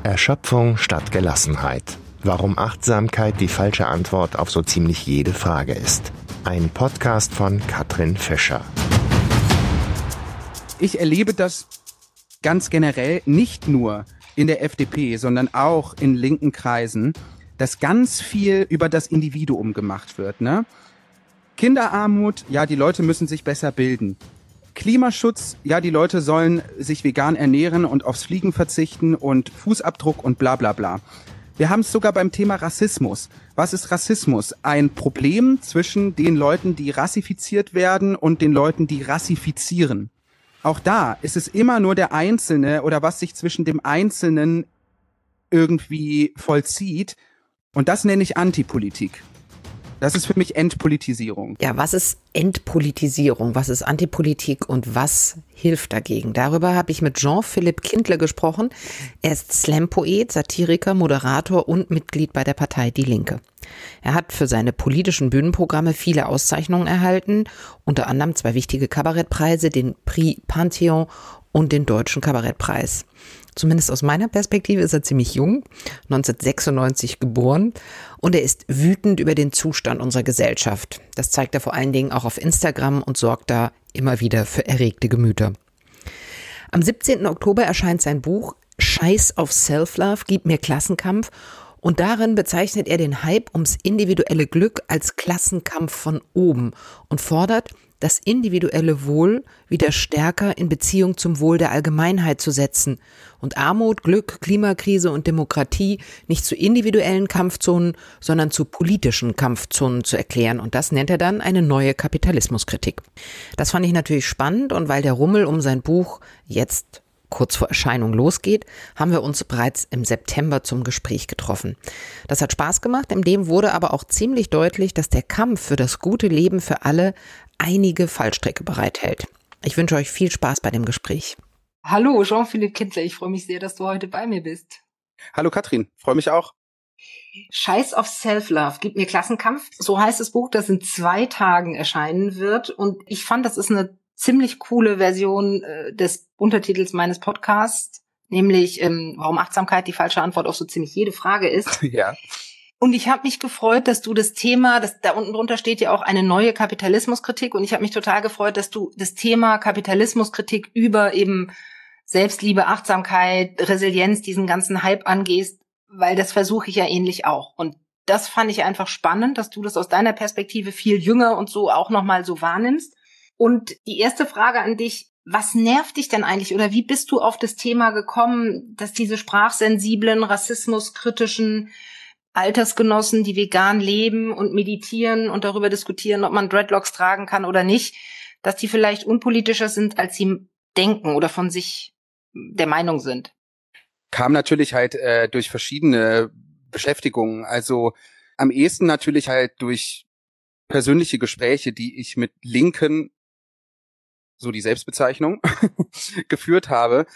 Erschöpfung statt Gelassenheit. Warum Achtsamkeit die falsche Antwort auf so ziemlich jede Frage ist. Ein Podcast von Katrin Fischer. Ich erlebe das ganz generell nicht nur in der FDP, sondern auch in linken Kreisen, dass ganz viel über das Individuum gemacht wird, ne? Kinderarmut, ja, die Leute müssen sich besser bilden. Klimaschutz, ja, die Leute sollen sich vegan ernähren und aufs Fliegen verzichten und Fußabdruck und bla bla bla. Wir haben es sogar beim Thema Rassismus. Was ist Rassismus? Ein Problem zwischen den Leuten, die rassifiziert werden und den Leuten, die rassifizieren. Auch da ist es immer nur der Einzelne oder was sich zwischen dem Einzelnen irgendwie vollzieht. Und das nenne ich Antipolitik. Das ist für mich Entpolitisierung. Ja, was ist Entpolitisierung? Was ist Antipolitik und was hilft dagegen? Darüber habe ich mit Jean-Philippe Kindle gesprochen. Er ist Slam-Poet, Satiriker, Moderator und Mitglied bei der Partei Die Linke. Er hat für seine politischen Bühnenprogramme viele Auszeichnungen erhalten, unter anderem 2 wichtige Kabarettpreise, den Prix Pantheon und den Deutschen Kabarettpreis. Zumindest aus meiner Perspektive ist er ziemlich jung, 1996 geboren, und er ist wütend über den Zustand unserer Gesellschaft. Das zeigt er vor allen Dingen auch auf Instagram und sorgt da immer wieder für erregte Gemüter. Am 17. Oktober erscheint sein Buch Scheiß auf Self-Love, gib mir Klassenkampf, und darin bezeichnet er den Hype ums individuelle Glück als Klassenkampf von oben und fordert, das individuelle Wohl wieder stärker in Beziehung zum Wohl der Allgemeinheit zu setzen und Armut, Glück, Klimakrise und Demokratie nicht zu individuellen Kampfzonen, sondern zu politischen Kampfzonen zu erklären. Und das nennt er dann eine neue Kapitalismuskritik. Das fand ich natürlich spannend, und weil der Rummel um sein Buch jetzt kurz vor Erscheinung losgeht, haben wir uns bereits im September zum Gespräch getroffen. Das hat Spaß gemacht, in dem wurde aber auch ziemlich deutlich, dass der Kampf für das gute Leben für alle einige Fallstricke bereithält. Ich wünsche euch viel Spaß bei dem Gespräch. Hallo, Jean-Philippe Kindle, ich freue mich sehr, dass du heute bei mir bist. Hallo Katrin, freue mich auch. Scheiß auf Self-Love, gib mir Klassenkampf, so heißt das Buch, das in 2 Tagen erscheinen wird, und ich fand, das ist eine ziemlich coole Version des Untertitels meines Podcasts, nämlich warum Achtsamkeit die falsche Antwort auf so ziemlich jede Frage ist. Ja. Und ich habe mich gefreut, dass du das Thema, da unten drunter steht ja auch eine neue Kapitalismuskritik, und ich habe mich total gefreut, dass du das Thema Kapitalismuskritik über eben Selbstliebe, Achtsamkeit, Resilienz, diesen ganzen Hype angehst, weil das versuche ich ja ähnlich auch. Und das fand ich einfach spannend, dass du das aus deiner Perspektive viel jünger und so auch nochmal so wahrnimmst. Und die erste Frage an dich: Was nervt dich denn eigentlich, oder wie bist du auf das Thema gekommen, dass diese sprachsensiblen, rassismuskritischen Altersgenossen, die vegan leben und meditieren und darüber diskutieren, ob man Dreadlocks tragen kann oder nicht, dass die vielleicht unpolitischer sind, als sie denken oder von sich der Meinung sind? Kam natürlich halt durch verschiedene Beschäftigungen. Also am ehesten natürlich halt durch persönliche Gespräche, die ich mit Linken, so die Selbstbezeichnung, geführt habe.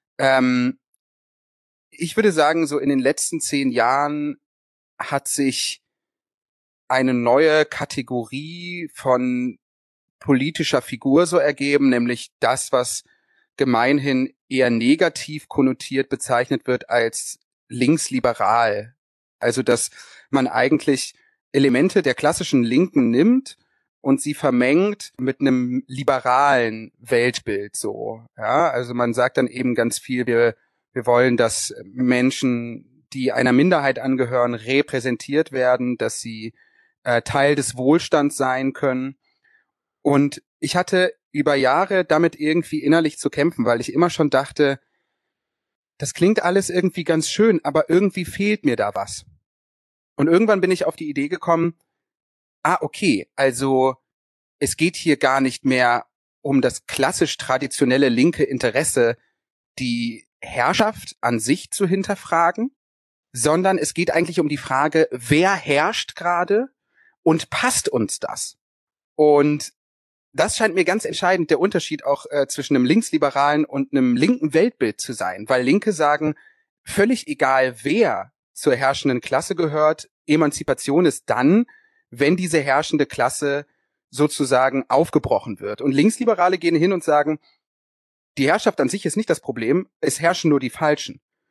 Ich würde sagen, so in den letzten 10 Jahren hat sich eine neue Kategorie von politischer Figur so ergeben, nämlich das, was gemeinhin eher negativ konnotiert bezeichnet wird als linksliberal. Also, dass man eigentlich Elemente der klassischen Linken nimmt und sie vermengt mit einem liberalen Weltbild so. Ja, also man sagt dann eben ganz viel, wir wollen, dass Menschen, die einer Minderheit angehören, repräsentiert werden, dass sie Teil des Wohlstands sein können. Und ich hatte über Jahre damit irgendwie innerlich zu kämpfen, weil ich immer schon dachte, das klingt alles irgendwie ganz schön, aber irgendwie fehlt mir da was. Und irgendwann bin ich auf die Idee gekommen, okay, also es geht hier gar nicht mehr um das klassisch traditionelle linke Interesse, die Herrschaft an sich zu hinterfragen, sondern es geht eigentlich um die Frage, wer herrscht gerade und passt uns das? Und das scheint mir ganz entscheidend der Unterschied auch zwischen einem linksliberalen und einem linken Weltbild zu sein, weil Linke sagen, völlig egal wer zur herrschenden Klasse gehört, Emanzipation ist dann, wenn diese herrschende Klasse sozusagen aufgebrochen wird. Und Linksliberale gehen hin und sagen, die Herrschaft an sich ist nicht das Problem, es herrschen nur die Falschen.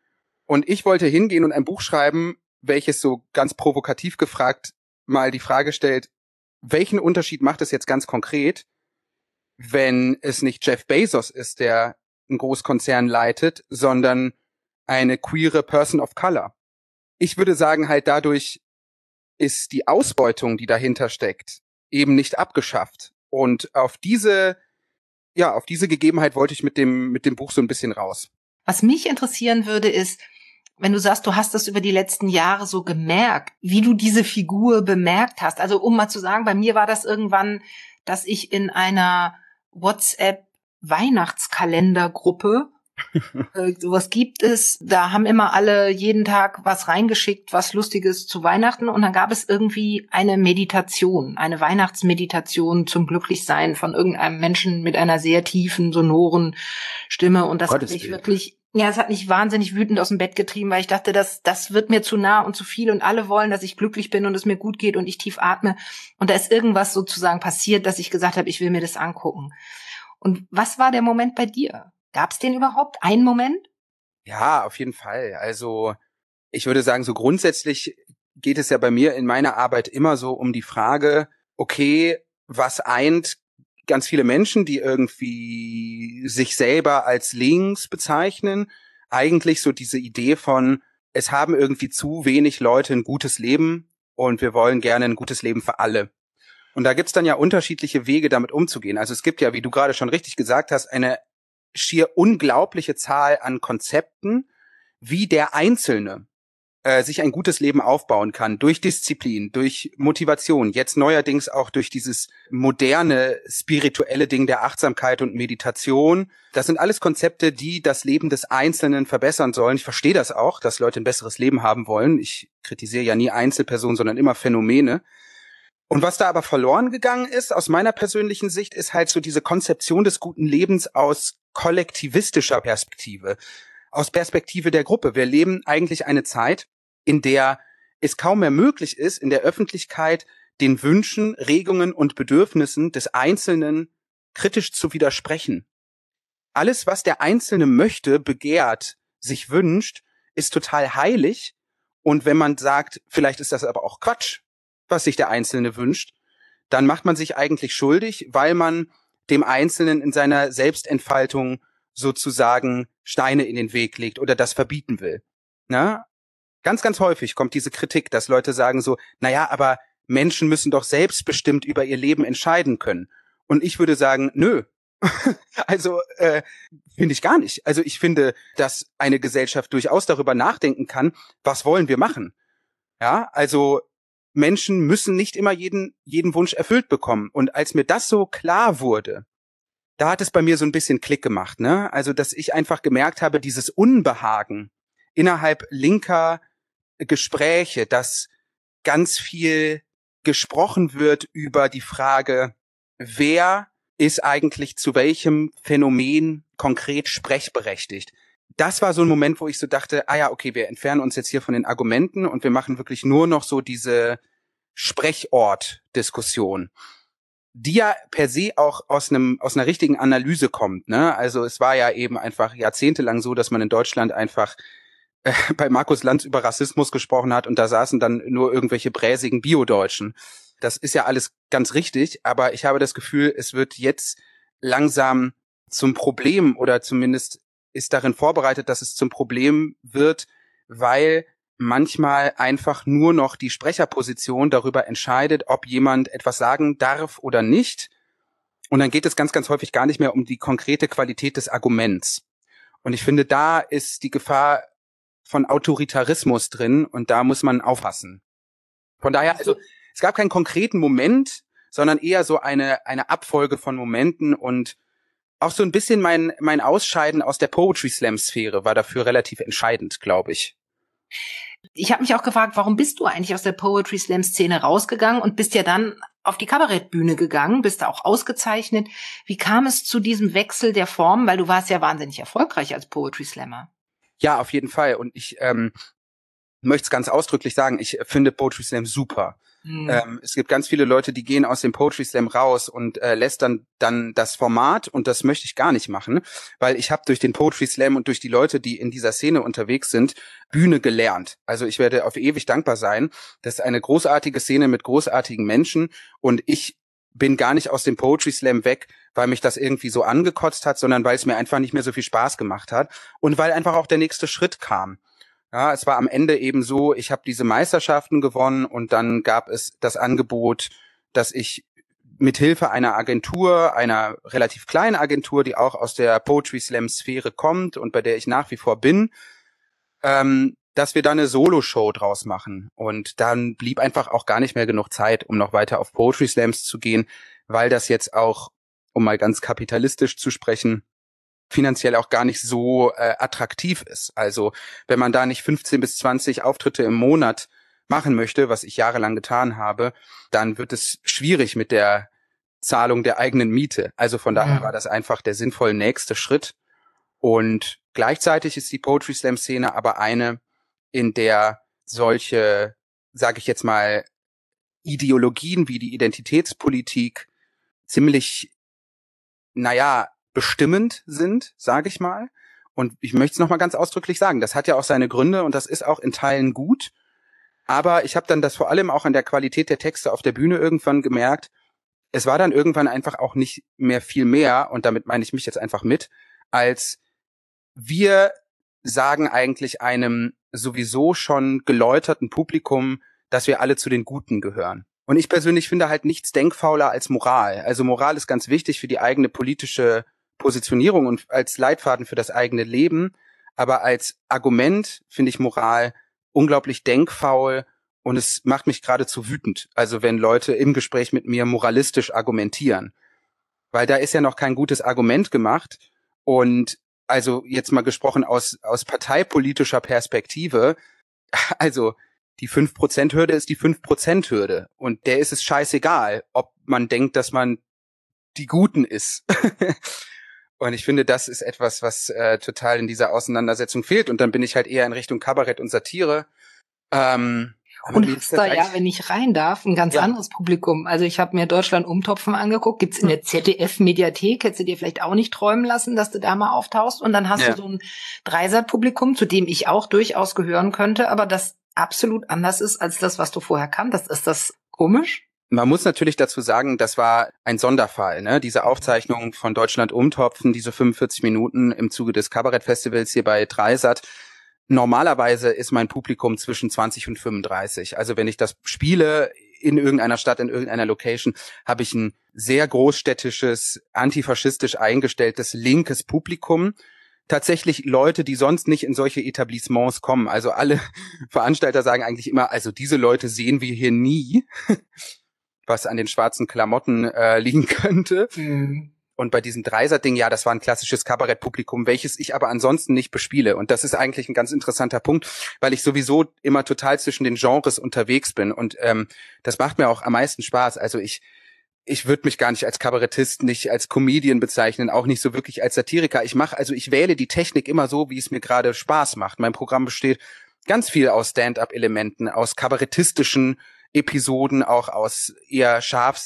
Und ich wollte hingehen und ein Buch schreiben, welches so ganz provokativ gefragt mal die Frage stellt, welchen Unterschied macht es jetzt ganz konkret, wenn es nicht Jeff Bezos ist, der einen Großkonzern leitet, sondern eine queere Person of Color. Ich würde sagen, halt dadurch ist die Ausbeutung, die dahinter steckt, eben nicht abgeschafft. Und auf diese Gegebenheit wollte ich mit dem Buch so ein bisschen raus. Was mich interessieren würde, ist, wenn du sagst, du hast das über die letzten Jahre so gemerkt, wie du diese Figur bemerkt hast. Also um mal zu sagen, bei mir war das irgendwann, dass ich in einer WhatsApp-Weihnachtskalendergruppe, sowas gibt es, da haben immer alle jeden Tag was reingeschickt, was Lustiges zu Weihnachten, und dann gab es irgendwie eine Meditation, eine Weihnachtsmeditation zum Glücklichsein von irgendeinem Menschen mit einer sehr tiefen, sonoren Stimme, und das hat mich wirklich, es hat mich wahnsinnig wütend aus dem Bett getrieben, weil ich dachte, das wird mir zu nah und zu viel, und alle wollen, dass ich glücklich bin und es mir gut geht und ich tief atme, und da ist irgendwas sozusagen passiert, dass ich gesagt habe, ich will mir das angucken. Und was war der Moment bei dir? Gab es den überhaupt? Einen Moment? Ja, auf jeden Fall. Also ich würde sagen, so grundsätzlich geht es ja bei mir in meiner Arbeit immer so um die Frage, okay, was eint ganz viele Menschen, die irgendwie sich selber als links bezeichnen, eigentlich so diese Idee von, es haben irgendwie zu wenig Leute ein gutes Leben und wir wollen gerne ein gutes Leben für alle. Und da gibt's dann ja unterschiedliche Wege, damit umzugehen. Also es gibt ja, wie du gerade schon richtig gesagt hast, eine schier unglaubliche Zahl an Konzepten, wie der Einzelne sich ein gutes Leben aufbauen kann, durch Disziplin, durch Motivation, jetzt neuerdings auch durch dieses moderne, spirituelle Ding der Achtsamkeit und Meditation. Das sind alles Konzepte, die das Leben des Einzelnen verbessern sollen. Ich verstehe das auch, dass Leute ein besseres Leben haben wollen. Ich kritisiere ja nie Einzelpersonen, sondern immer Phänomene. Und was da aber verloren gegangen ist, aus meiner persönlichen Sicht, ist halt so diese Konzeption des guten Lebens aus kollektivistischer Perspektive, aus Perspektive der Gruppe. Wir leben eigentlich eine Zeit, in der es kaum mehr möglich ist, in der Öffentlichkeit den Wünschen, Regungen und Bedürfnissen des Einzelnen kritisch zu widersprechen. Alles, was der Einzelne möchte, begehrt, sich wünscht, ist total heilig. Und wenn man sagt, vielleicht ist das aber auch Quatsch, was sich der Einzelne wünscht, dann macht man sich eigentlich schuldig, weil man dem Einzelnen in seiner Selbstentfaltung sozusagen Steine in den Weg legt oder das verbieten will. Na? Ganz, ganz häufig kommt diese Kritik, dass Leute sagen so, naja, aber Menschen müssen doch selbstbestimmt über ihr Leben entscheiden können. Und ich würde sagen, nö. Also finde ich gar nicht. Also ich finde, dass eine Gesellschaft durchaus darüber nachdenken kann, was wollen wir machen. Ja, also Menschen müssen nicht immer jeden Wunsch erfüllt bekommen. Und als mir das so klar wurde, da hat es bei mir so ein bisschen Klick gemacht, ne? Also, dass ich einfach gemerkt habe, dieses Unbehagen innerhalb linker Gespräche, dass ganz viel gesprochen wird über die Frage, wer ist eigentlich zu welchem Phänomen konkret sprechberechtigt. Das war so ein Moment, wo ich so dachte, okay, wir entfernen uns jetzt hier von den Argumenten und wir machen wirklich nur noch so diese Sprechort-Diskussion, die ja per se auch aus einer richtigen Analyse kommt, ne? Also es war ja eben einfach jahrzehntelang so, dass man in Deutschland einfach bei Markus Lanz über Rassismus gesprochen hat und da saßen dann nur irgendwelche bräsigen Bio-Deutschen. Das ist ja alles ganz richtig, aber ich habe das Gefühl, es wird jetzt langsam zum Problem oder zumindest ist darin vorbereitet, dass es zum Problem wird, weil manchmal einfach nur noch die Sprecherposition darüber entscheidet, ob jemand etwas sagen darf oder nicht. Und dann geht es ganz, ganz häufig gar nicht mehr um die konkrete Qualität des Arguments. Und ich finde, da ist die Gefahr von Autoritarismus drin und da muss man aufpassen. Von daher, also es gab keinen konkreten Moment, sondern eher so eine Abfolge von Momenten und auch so ein bisschen mein Ausscheiden aus der Poetry Slam Sphäre war dafür relativ entscheidend, glaube ich. Ich habe mich auch gefragt, warum bist du eigentlich aus der Poetry Slam Szene rausgegangen und bist ja dann auf die Kabarettbühne gegangen, bist da auch ausgezeichnet. Wie kam es zu diesem Wechsel der Form? Weil du warst ja wahnsinnig erfolgreich als Poetry Slammer. Ja, auf jeden Fall. Und ich möchte es ganz ausdrücklich sagen, ich finde Poetry Slam super. Es gibt ganz viele Leute, die gehen aus dem Poetry Slam raus und lästern dann das Format, und das möchte ich gar nicht machen, weil ich habe durch den Poetry Slam und durch die Leute, die in dieser Szene unterwegs sind, Bühne gelernt. Also ich werde auf ewig dankbar sein. Das ist eine großartige Szene mit großartigen Menschen, und ich bin gar nicht aus dem Poetry Slam weg, weil mich das irgendwie so angekotzt hat, sondern weil es mir einfach nicht mehr so viel Spaß gemacht hat und weil einfach auch der nächste Schritt kam. Ja, es war am Ende eben so, ich habe diese Meisterschaften gewonnen, und dann gab es das Angebot, dass ich mit Hilfe einer Agentur, einer relativ kleinen Agentur, die auch aus der Poetry Slam Sphäre kommt und bei der ich nach wie vor bin, dass wir da eine Solo-Show draus machen. Und dann blieb einfach auch gar nicht mehr genug Zeit, um noch weiter auf Poetry Slams zu gehen, weil das jetzt auch, um mal ganz kapitalistisch zu sprechen, finanziell auch gar nicht so attraktiv ist. Also wenn man da nicht 15 bis 20 Auftritte im Monat machen möchte, was ich jahrelang getan habe, dann wird es schwierig mit der Zahlung der eigenen Miete. Also von daher war das einfach der sinnvolle nächste Schritt. Und gleichzeitig ist die Poetry Slam Szene aber eine, in der solche, sage ich jetzt mal, Ideologien wie die Identitätspolitik ziemlich, bestimmend sind, sage ich mal. Und ich möchte es nochmal ganz ausdrücklich sagen, das hat ja auch seine Gründe und das ist auch in Teilen gut. Aber ich habe dann das vor allem auch an der Qualität der Texte auf der Bühne irgendwann gemerkt. Es war dann irgendwann einfach auch nicht mehr viel mehr, und damit meine ich mich jetzt einfach mit, als wir sagen eigentlich einem sowieso schon geläuterten Publikum, dass wir alle zu den Guten gehören. Und ich persönlich finde halt nichts denkfauler als Moral. Also Moral ist ganz wichtig für die eigene politische Positionierung und als Leitfaden für das eigene Leben. Aber als Argument finde ich Moral unglaublich denkfaul, und es macht mich geradezu wütend. Also wenn Leute im Gespräch mit mir moralistisch argumentieren. Weil da ist ja noch kein gutes Argument gemacht. Und also jetzt mal gesprochen aus parteipolitischer Perspektive, also die 5%-Hürde ist die 5%-Hürde. Und der ist es scheißegal, ob man denkt, dass man die Guten ist. Und ich finde, das ist etwas, was total in dieser Auseinandersetzung fehlt. Und dann bin ich halt eher in Richtung Kabarett und Satire. Und hast da ja, wenn ich rein darf, ein ganz anderes Publikum. Also ich habe mir Deutschland umtopfen angeguckt, gibt's in der ZDF-Mediathek, hättest du dir vielleicht auch nicht träumen lassen, dass du da mal auftauchst. Und dann hast du so ein Dreisat-Publikum, zu dem ich auch durchaus gehören könnte, aber das absolut anders ist als das, was du vorher kanntest. Ist das komisch? Man muss natürlich dazu sagen, das war ein Sonderfall, ne? Diese Aufzeichnung von Deutschland umtopfen, diese 45 Minuten im Zuge des Kabarettfestivals hier bei Dreisat. Normalerweise ist mein Publikum zwischen 20 und 35. Also wenn ich das spiele in irgendeiner Stadt, in irgendeiner Location, habe ich ein sehr großstädtisches, antifaschistisch eingestelltes, linkes Publikum. Tatsächlich Leute, die sonst nicht in solche Etablissements kommen. Also alle Veranstalter sagen eigentlich immer, also diese Leute sehen wir hier nie, was an den schwarzen Klamotten liegen könnte. Und bei diesem Dreisat-Ding, ja, das war ein klassisches Kabarettpublikum, welches ich aber ansonsten nicht bespiele. Und das ist eigentlich ein ganz interessanter Punkt, weil ich sowieso immer total zwischen den Genres unterwegs bin. Und das macht mir auch am meisten Spaß. Also ich würde mich gar nicht als Kabarettist, nicht als Comedian bezeichnen, auch nicht so wirklich als Satiriker. Ich wähle die Technik immer so, wie es mir gerade Spaß macht. Mein Programm besteht ganz viel aus Stand-up-Elementen, aus kabarettistischen Episoden, auch aus eher scharf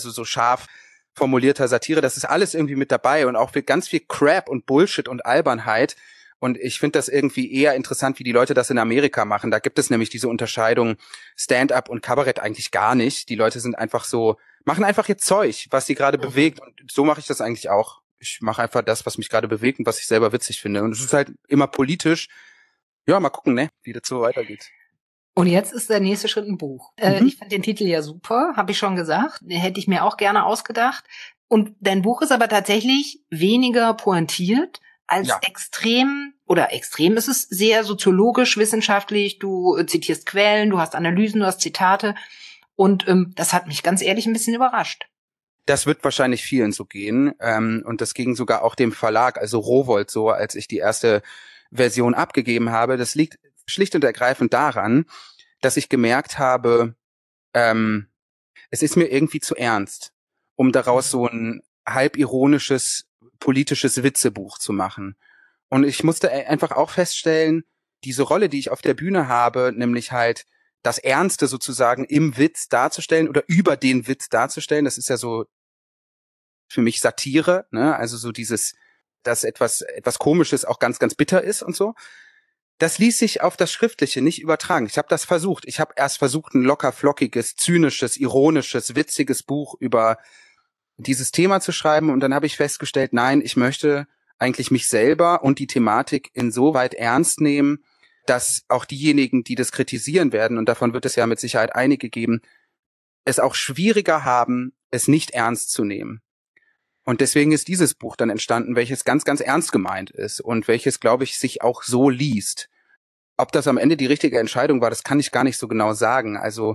formulierter Satire. Das ist alles irgendwie mit dabei und auch ganz viel Crap und Bullshit und Albernheit. Und ich finde das irgendwie eher interessant, wie die Leute das in Amerika machen. Da gibt es nämlich diese Unterscheidung Stand-up und Kabarett eigentlich gar nicht. Die Leute sind einfach so, machen einfach ihr Zeug, was sie gerade bewegt. Und so mache ich das eigentlich auch. Ich mache einfach das, was mich gerade bewegt und was ich selber witzig finde. Und es ist halt immer politisch. Ja, mal gucken, ne, wie das so weitergeht. Und jetzt ist der nächste Schritt ein Buch. Ich fand den Titel ja super, habe ich schon gesagt. Den hätte ich mir auch gerne ausgedacht. Und dein Buch ist aber tatsächlich weniger pointiert als extrem ist es sehr soziologisch, wissenschaftlich. Du zitierst Quellen, du hast Analysen, du hast Zitate. Und das hat mich ganz ehrlich ein bisschen überrascht. Das wird wahrscheinlich vielen so gehen. Und das ging sogar auch dem Verlag, also Rowohlt, so, als ich die erste Version abgegeben habe. Das liegt schlicht und ergreifend daran, dass ich gemerkt habe, es ist mir irgendwie zu ernst, um daraus so ein halb ironisches, politisches Witzebuch zu machen. Und ich musste einfach auch feststellen, diese Rolle, die ich auf der Bühne habe, nämlich halt das Ernste sozusagen im Witz darzustellen oder über den Witz darzustellen. Das ist ja so für mich Satire, ne? Also so dieses, dass etwas Komisches auch ganz, ganz bitter ist und so. Das ließ sich auf das Schriftliche nicht übertragen. Ich habe das versucht. Ich habe erst versucht, ein locker flockiges, zynisches, ironisches, witziges Buch über dieses Thema zu schreiben. Und dann habe ich festgestellt, nein, ich möchte eigentlich mich selber und die Thematik insoweit ernst nehmen, dass auch diejenigen, die das kritisieren werden, und davon wird es ja mit Sicherheit einige geben, es auch schwieriger haben, es nicht ernst zu nehmen. Und deswegen ist dieses Buch dann entstanden, welches ganz, ganz ernst gemeint ist und welches, glaube ich, sich auch so liest. Ob das am Ende die richtige Entscheidung war, das kann ich gar nicht so genau sagen. Also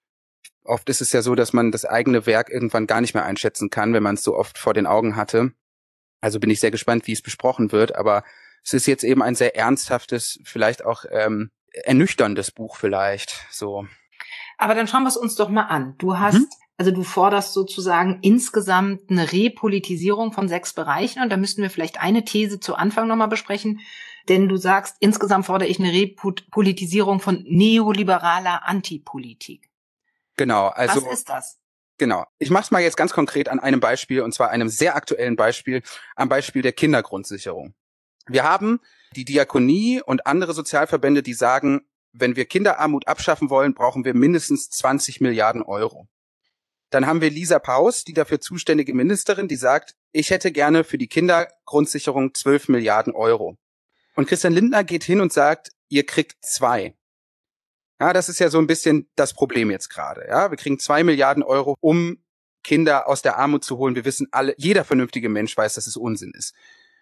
oft ist es ja so, dass man das eigene Werk irgendwann gar nicht mehr einschätzen kann, wenn man es so oft vor den Augen hatte. Also bin ich sehr gespannt, wie es besprochen wird, aber es ist jetzt eben ein sehr ernsthaftes, vielleicht auch ernüchterndes Buch vielleicht, so. Aber dann schauen wir es uns doch mal an. Du forderst sozusagen insgesamt eine Repolitisierung von 6 Bereichen und da müssten wir vielleicht eine These zu Anfang nochmal besprechen, denn du sagst, insgesamt fordere ich eine Repolitisierung von neoliberaler Antipolitik. Genau, also. Was ist das? Genau. Ich mache es mal jetzt ganz konkret an einem Beispiel, und zwar einem sehr aktuellen Beispiel, am Beispiel der Kindergrundsicherung. Wir haben die Diakonie und andere Sozialverbände, die sagen, wenn wir Kinderarmut abschaffen wollen, brauchen wir mindestens 20 Milliarden Euro. Dann haben wir Lisa Paus, die dafür zuständige Ministerin, die sagt, ich hätte gerne für die Kindergrundsicherung 12 Milliarden Euro. Und Christian Lindner geht hin und sagt, ihr kriegt 2. Ja, das ist ja so ein bisschen das Problem jetzt gerade. Ja, wir kriegen 2 Milliarden Euro, um Kinder aus der Armut zu holen. Wir wissen alle, jeder vernünftige Mensch weiß, dass es Unsinn ist.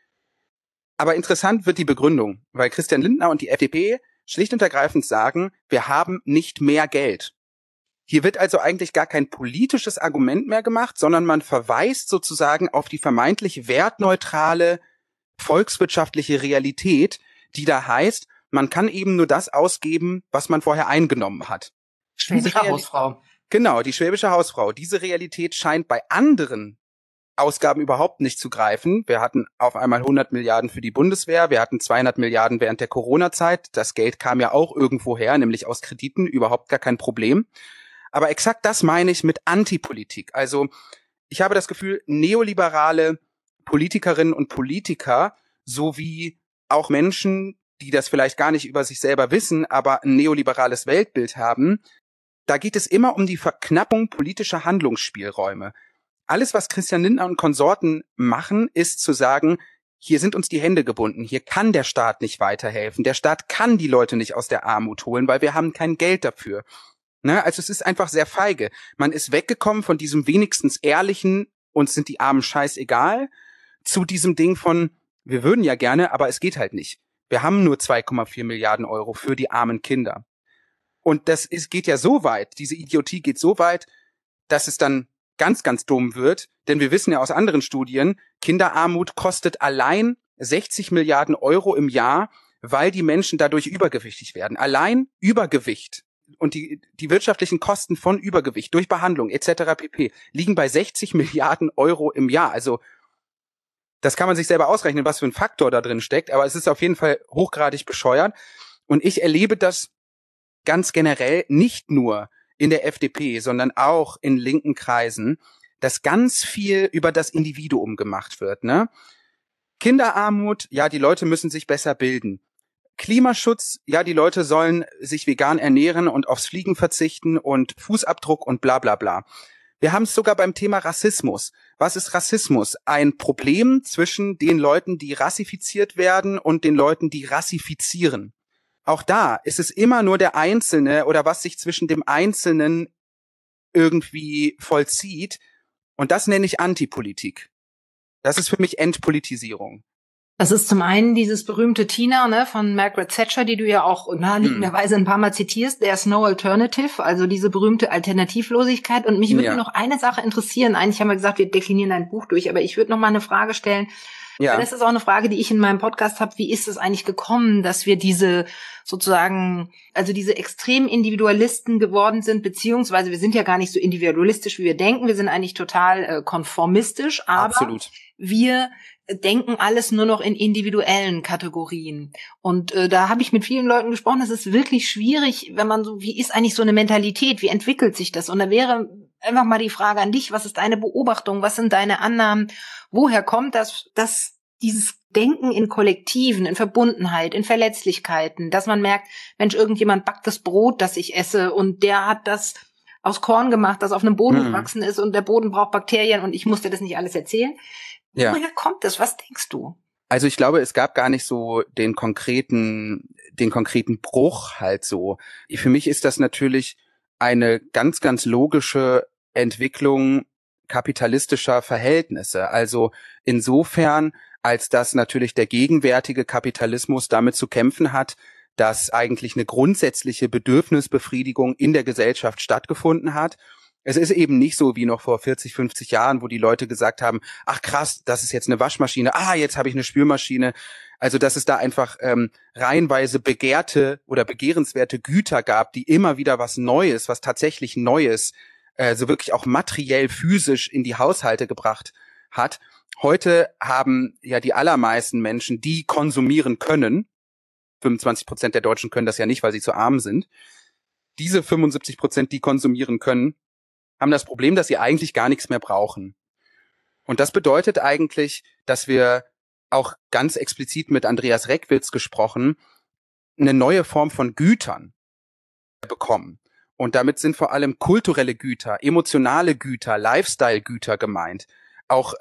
Aber interessant wird die Begründung, weil Christian Lindner und die FDP schlicht und ergreifend sagen, wir haben nicht mehr Geld. Hier wird also eigentlich gar kein politisches Argument mehr gemacht, sondern man verweist sozusagen auf die vermeintlich wertneutrale volkswirtschaftliche Realität, die da heißt, man kann eben nur das ausgeben, was man vorher eingenommen hat. Schwäbische Hausfrau. Genau, die schwäbische Hausfrau. Diese Realität scheint bei anderen Ausgaben überhaupt nicht zu greifen. Wir hatten auf einmal 100 Milliarden für die Bundeswehr, wir hatten 200 Milliarden während der Corona-Zeit. Das Geld kam ja auch irgendwo her, nämlich aus Krediten, überhaupt gar kein Problem. Aber exakt das meine ich mit Antipolitik. Also ich habe das Gefühl, neoliberale Politikerinnen und Politiker sowie auch Menschen, die das vielleicht gar nicht über sich selber wissen, aber ein neoliberales Weltbild haben, da geht es immer um die Verknappung politischer Handlungsspielräume. Alles, was Christian Lindner und Konsorten machen, ist zu sagen, hier sind uns die Hände gebunden, hier kann der Staat nicht weiterhelfen, der Staat kann die Leute nicht aus der Armut holen, weil wir haben kein Geld dafür. Ne? Also es ist einfach sehr feige. Man ist weggekommen von diesem wenigstens ehrlichen, uns sind die Armen scheißegal, zu diesem Ding von, wir würden ja gerne, aber es geht halt nicht. Wir haben nur 2,4 Milliarden Euro für die armen Kinder. Und geht ja so weit, diese Idiotie geht so weit, dass es dann ganz, ganz dumm wird, denn wir wissen ja aus anderen Studien, Kinderarmut kostet allein 60 Milliarden Euro im Jahr, weil die Menschen dadurch übergewichtig werden. Allein Übergewicht und die wirtschaftlichen Kosten von Übergewicht durch Behandlung etc. pp. liegen bei 60 Milliarden Euro im Jahr. Also das kann man sich selber ausrechnen, was für ein Faktor da drin steckt, aber es ist auf jeden Fall hochgradig bescheuert. Und ich erlebe das ganz generell nicht nur in der FDP, sondern auch in linken Kreisen, dass ganz viel über das Individuum gemacht wird, ne? Kinderarmut, ja, die Leute müssen sich besser bilden. Klimaschutz, ja, die Leute sollen sich vegan ernähren und aufs Fliegen verzichten und Fußabdruck und bla bla bla. Wir haben es sogar beim Thema Rassismus. Was ist Rassismus? Ein Problem zwischen den Leuten, die rassifiziert werden und den Leuten, die rassifizieren. Auch da ist es immer nur der Einzelne oder was sich zwischen dem Einzelnen irgendwie vollzieht. Und das nenne ich Antipolitik. Das ist für mich Entpolitisierung. Das ist zum einen dieses berühmte Tina, ne, von Margaret Thatcher, die du ja auch naheliegenderweise ein paar Mal zitierst, There's no alternative, also diese berühmte Alternativlosigkeit. Und mich würde noch eine Sache interessieren. Eigentlich haben wir gesagt, wir deklinieren ein Buch durch, aber ich würde noch mal eine Frage stellen. Ja. Das ist auch eine Frage, die ich in meinem Podcast habe. Wie ist es eigentlich gekommen, dass wir diese sozusagen, also diese extremen Individualisten geworden sind, beziehungsweise wir sind ja gar nicht so individualistisch, wie wir denken. Wir sind eigentlich total konformistisch, aber wir denken alles nur noch in individuellen Kategorien. Und da habe ich mit vielen Leuten gesprochen, es ist wirklich schwierig, wenn man so, wie ist eigentlich so eine Mentalität, wie entwickelt sich das? Und da wäre einfach mal die Frage an dich, was ist deine Beobachtung, was sind deine Annahmen, woher kommt das, dass dieses Denken in Kollektiven, in Verbundenheit, in Verletzlichkeiten, dass man merkt, Mensch, irgendjemand backt das Brot, das ich esse und der hat das aus Korn gemacht, das auf einem Boden gewachsen ist und der Boden braucht Bakterien und ich muss dir das nicht alles erzählen. Ja. Woher kommt das? Was denkst du? Also ich glaube, es gab gar nicht so den konkreten Bruch halt so. Für mich ist das natürlich eine ganz, ganz logische Entwicklung kapitalistischer Verhältnisse. Also insofern, als dass natürlich der gegenwärtige Kapitalismus damit zu kämpfen hat, dass eigentlich eine grundsätzliche Bedürfnisbefriedigung in der Gesellschaft stattgefunden hat. Es ist eben nicht so wie noch vor 40, 50 Jahren, wo die Leute gesagt haben, ach krass, das ist jetzt eine Waschmaschine, jetzt habe ich eine Spülmaschine. Also dass es da einfach reihenweise begehrte oder begehrenswerte Güter gab, die immer wieder was Neues, was tatsächlich Neues, so wirklich auch materiell, physisch in die Haushalte gebracht hat. Heute haben ja die allermeisten Menschen, die konsumieren können, 25% der Deutschen können das ja nicht, weil sie zu arm sind, diese 75%, die konsumieren können, haben das Problem, dass sie eigentlich gar nichts mehr brauchen. Und das bedeutet eigentlich, dass wir auch ganz explizit mit Andreas Reckwitz gesprochen, eine neue Form von Gütern bekommen. Und damit sind vor allem kulturelle Güter, emotionale Güter, Lifestyle-Güter gemeint. Auch,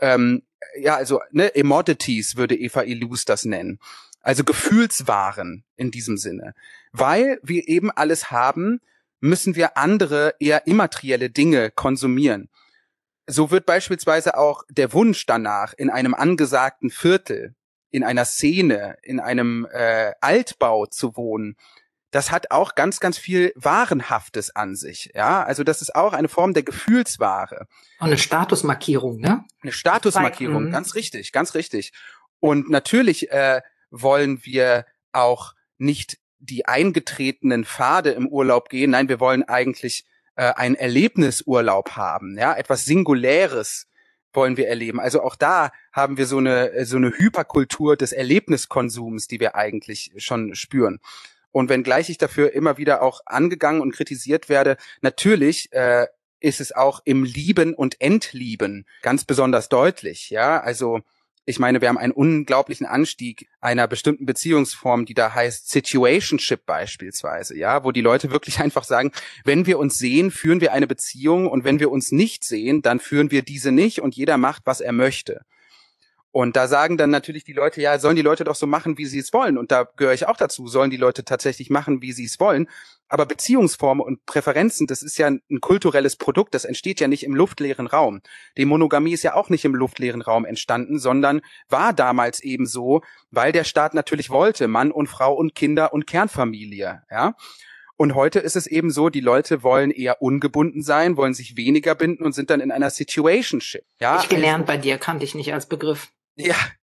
Immodities würde Eva Illouz das nennen. Also Gefühlswaren in diesem Sinne. Weil wir eben alles haben, müssen wir andere, eher immaterielle Dinge konsumieren. So wird beispielsweise auch der Wunsch danach, in einem angesagten Viertel, in einer Szene, in einem Altbau zu wohnen, das hat auch ganz, ganz viel Warenhaftes an sich. Ja, also das ist auch eine Form der Gefühlsware. Und eine Statusmarkierung, ne? Eine Statusmarkierung, ganz richtig, ganz richtig. Und natürlich wollen wir auch nicht die eingetretenen Pfade im Urlaub gehen. Nein, wir wollen eigentlich einen Erlebnisurlaub haben, ja, etwas Singuläres wollen wir erleben. Also auch da haben wir so eine Hyperkultur des Erlebniskonsums, die wir eigentlich schon spüren. Und wenngleich ich dafür immer wieder auch angegangen und kritisiert werde, natürlich ist es auch im Lieben und Entlieben ganz besonders deutlich, ja, also ich meine, wir haben einen unglaublichen Anstieg einer bestimmten Beziehungsform, die da heißt Situationship beispielsweise, ja, wo die Leute wirklich einfach sagen, wenn wir uns sehen, führen wir eine Beziehung und wenn wir uns nicht sehen, dann führen wir diese nicht und jeder macht, was er möchte. Und da sagen dann natürlich die Leute, ja, sollen die Leute doch so machen, wie sie es wollen. Und da gehöre ich auch dazu, sollen die Leute tatsächlich machen, wie sie es wollen. Aber Beziehungsformen und Präferenzen, das ist ja ein kulturelles Produkt, das entsteht ja nicht im luftleeren Raum. Die Monogamie ist ja auch nicht im luftleeren Raum entstanden, sondern war damals eben so, weil der Staat natürlich wollte, Mann und Frau und Kinder und Kernfamilie, ja. Und heute ist es eben so, die Leute wollen eher ungebunden sein, wollen sich weniger binden und sind dann in einer Situationship. Ja, ich gelernt bei dir, kannte ich nicht als Begriff. Ja.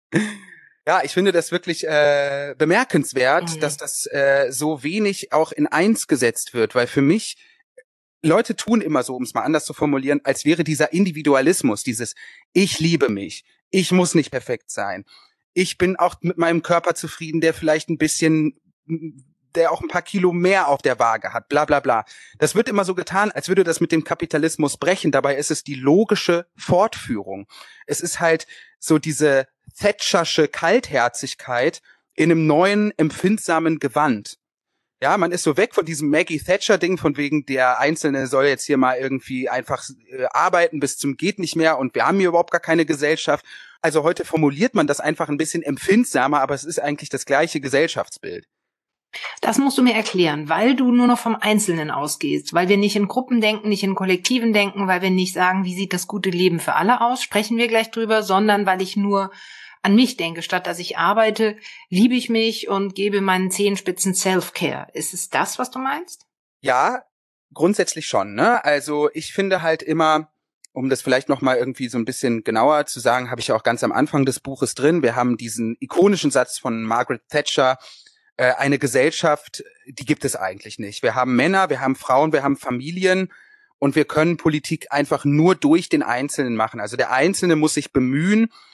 Ja, ich finde das wirklich bemerkenswert, dass das so wenig auch in eins gesetzt wird, weil für mich, Leute tun immer so, um es mal anders zu formulieren, als wäre dieser Individualismus, dieses ich liebe mich, ich muss nicht perfekt sein, ich bin auch mit meinem Körper zufrieden, der vielleicht der auch ein paar Kilo mehr auf der Waage hat, bla bla bla. Das wird immer so getan, als würde das mit dem Kapitalismus brechen. Dabei ist es die logische Fortführung. Es ist halt so diese Thatchersche Kaltherzigkeit in einem neuen, empfindsamen Gewand. Ja, man ist so weg von diesem Maggie Thatcher-Ding, von wegen der Einzelne soll jetzt hier mal irgendwie einfach arbeiten bis zum geht nicht mehr und wir haben hier überhaupt gar keine Gesellschaft. Also heute formuliert man das einfach ein bisschen empfindsamer, aber es ist eigentlich das gleiche Gesellschaftsbild. Das musst du mir erklären, weil du nur noch vom Einzelnen ausgehst, weil wir nicht in Gruppen denken, nicht in Kollektiven denken, weil wir nicht sagen, wie sieht das gute Leben für alle aus, sprechen wir gleich drüber, sondern weil ich nur an mich denke, statt dass ich arbeite, liebe ich mich und gebe meinen Zehenspitzen Self-Care. Ist es das, was du meinst? Ja, grundsätzlich schon, ne? Also ich finde halt immer, um das vielleicht nochmal irgendwie so ein bisschen genauer zu sagen, habe ich auch ganz am Anfang des Buches drin, wir haben diesen ikonischen Satz von Margaret Thatcher, eine Gesellschaft, die gibt es eigentlich nicht. Wir haben Männer, wir haben Frauen, wir haben Familien und wir können Politik einfach nur durch den Einzelnen machen. Also der Einzelne muss sich bemühen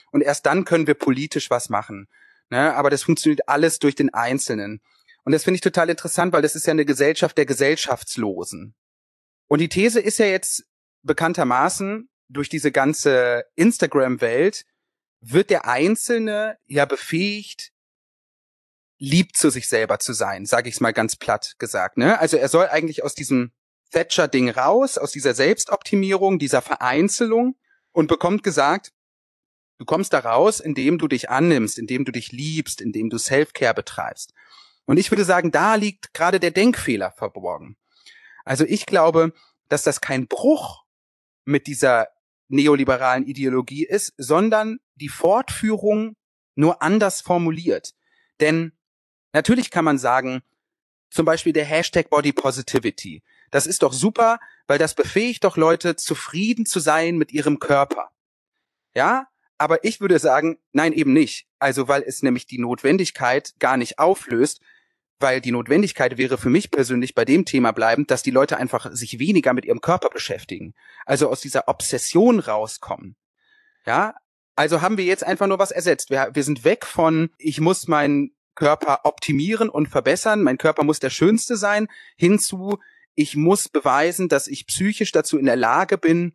und erst dann können wir politisch was machen. Ne? Aber das funktioniert alles durch den Einzelnen. Und das finde ich total interessant, weil das ist ja eine Gesellschaft der Gesellschaftslosen. Und die These ist ja jetzt bekanntermaßen, durch diese ganze Instagram-Welt wird der Einzelne ja befähigt, lieb zu sich selber zu sein, sage ich es mal ganz platt gesagt. Ne? Also er soll eigentlich aus diesem Thatcher-Ding raus, aus dieser Selbstoptimierung, dieser Vereinzelung und bekommt gesagt, du kommst da raus, indem du dich annimmst, indem du dich liebst, indem du Self-Care betreibst. Und ich würde sagen, da liegt gerade der Denkfehler verborgen. Also ich glaube, dass das kein Bruch mit dieser neoliberalen Ideologie ist, sondern die Fortführung nur anders formuliert. Denn natürlich kann man sagen, zum Beispiel der Hashtag Body Positivity. Das ist doch super, weil das befähigt doch Leute, zufrieden zu sein mit ihrem Körper. Ja, aber ich würde sagen, nein, eben nicht. Also weil es nämlich die Notwendigkeit gar nicht auflöst, weil die Notwendigkeit wäre für mich persönlich bei dem Thema bleibend, dass die Leute einfach sich weniger mit ihrem Körper beschäftigen. Also aus dieser Obsession rauskommen. Ja, also haben wir jetzt einfach nur was ersetzt. Wir sind weg von, ich muss meinen Körper optimieren und verbessern, mein Körper muss der schönste sein, hinzu, ich muss beweisen, dass ich psychisch dazu in der Lage bin,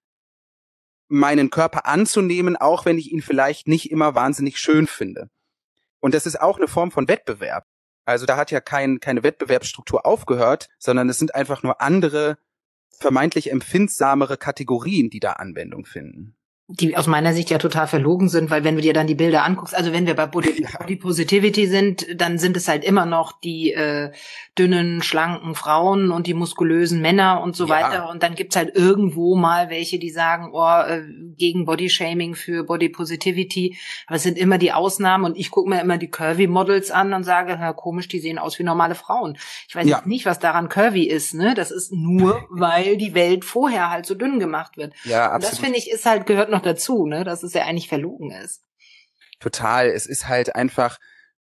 meinen Körper anzunehmen, auch wenn ich ihn vielleicht nicht immer wahnsinnig schön finde. Und das ist auch eine Form von Wettbewerb. Also da hat ja keine Wettbewerbsstruktur aufgehört, sondern es sind einfach nur andere, vermeintlich empfindsamere Kategorien, die da Anwendung finden. Die aus meiner Sicht ja total verlogen sind, weil wenn du dir dann die Bilder anguckst, also wenn wir bei Body Positivity sind, dann sind es halt immer noch die dünnen, schlanken Frauen und die muskulösen Männer und so weiter. Und dann gibt's halt irgendwo mal welche, die sagen, gegen Bodyshaming für Body Positivity. Aber es sind immer die Ausnahmen und ich gucke mir immer die Curvy-Models an und sage, na komisch, die sehen aus wie normale Frauen. Ich weiß jetzt nicht, was daran curvy ist, ne? Das ist nur, weil die Welt vorher halt so dünn gemacht wird. Ja, absolut. Und das finde ich gehört noch dazu, ne, dass es ja eigentlich verlogen ist. Total, es ist halt einfach,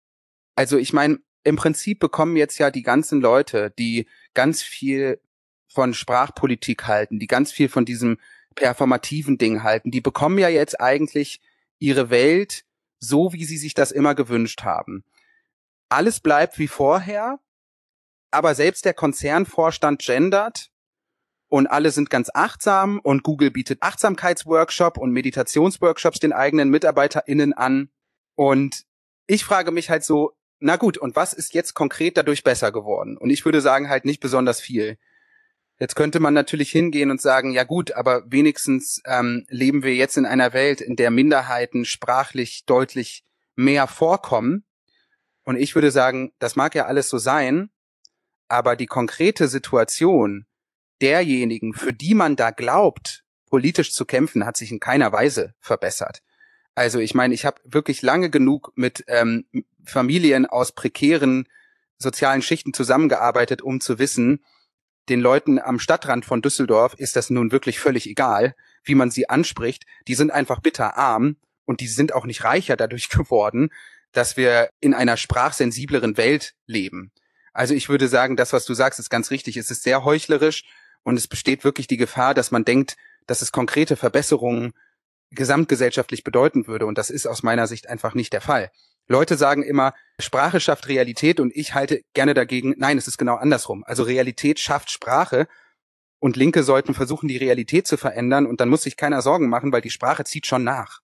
also ich meine, im Prinzip bekommen jetzt ja die ganzen Leute, die ganz viel von Sprachpolitik halten, die ganz viel von diesem performativen Ding halten, die bekommen ja jetzt eigentlich ihre Welt so, wie sie sich das immer gewünscht haben. Alles bleibt wie vorher, aber selbst der Konzernvorstand gendert, und alle sind ganz achtsam und Google bietet Achtsamkeitsworkshop und Meditationsworkshops den eigenen MitarbeiterInnen an. Und ich frage mich halt so, na gut, und was ist jetzt konkret dadurch besser geworden? Und ich würde sagen halt nicht besonders viel. Jetzt könnte man natürlich hingehen und sagen, ja gut, aber wenigstens leben wir jetzt in einer Welt, in der Minderheiten sprachlich deutlich mehr vorkommen. Und ich würde sagen, das mag ja alles so sein, aber die konkrete Situation derjenigen, für die man da glaubt, politisch zu kämpfen, hat sich in keiner Weise verbessert. Also ich meine, ich habe wirklich lange genug mit Familien aus prekären sozialen Schichten zusammengearbeitet, um zu wissen, den Leuten am Stadtrand von Düsseldorf ist das nun wirklich völlig egal, wie man sie anspricht. Die sind einfach bitterarm und die sind auch nicht reicher dadurch geworden, dass wir in einer sprachsensibleren Welt leben. Also ich würde sagen, das, was du sagst, ist ganz richtig. Es ist sehr heuchlerisch. Und es besteht wirklich die Gefahr, dass man denkt, dass es konkrete Verbesserungen gesamtgesellschaftlich bedeuten würde. Und das ist aus meiner Sicht einfach nicht der Fall. Leute sagen immer, Sprache schafft Realität und ich halte gerne dagegen, nein, es ist genau andersrum. Also Realität schafft Sprache und Linke sollten versuchen, die Realität zu verändern und dann muss sich keiner Sorgen machen, weil die Sprache zieht schon nach.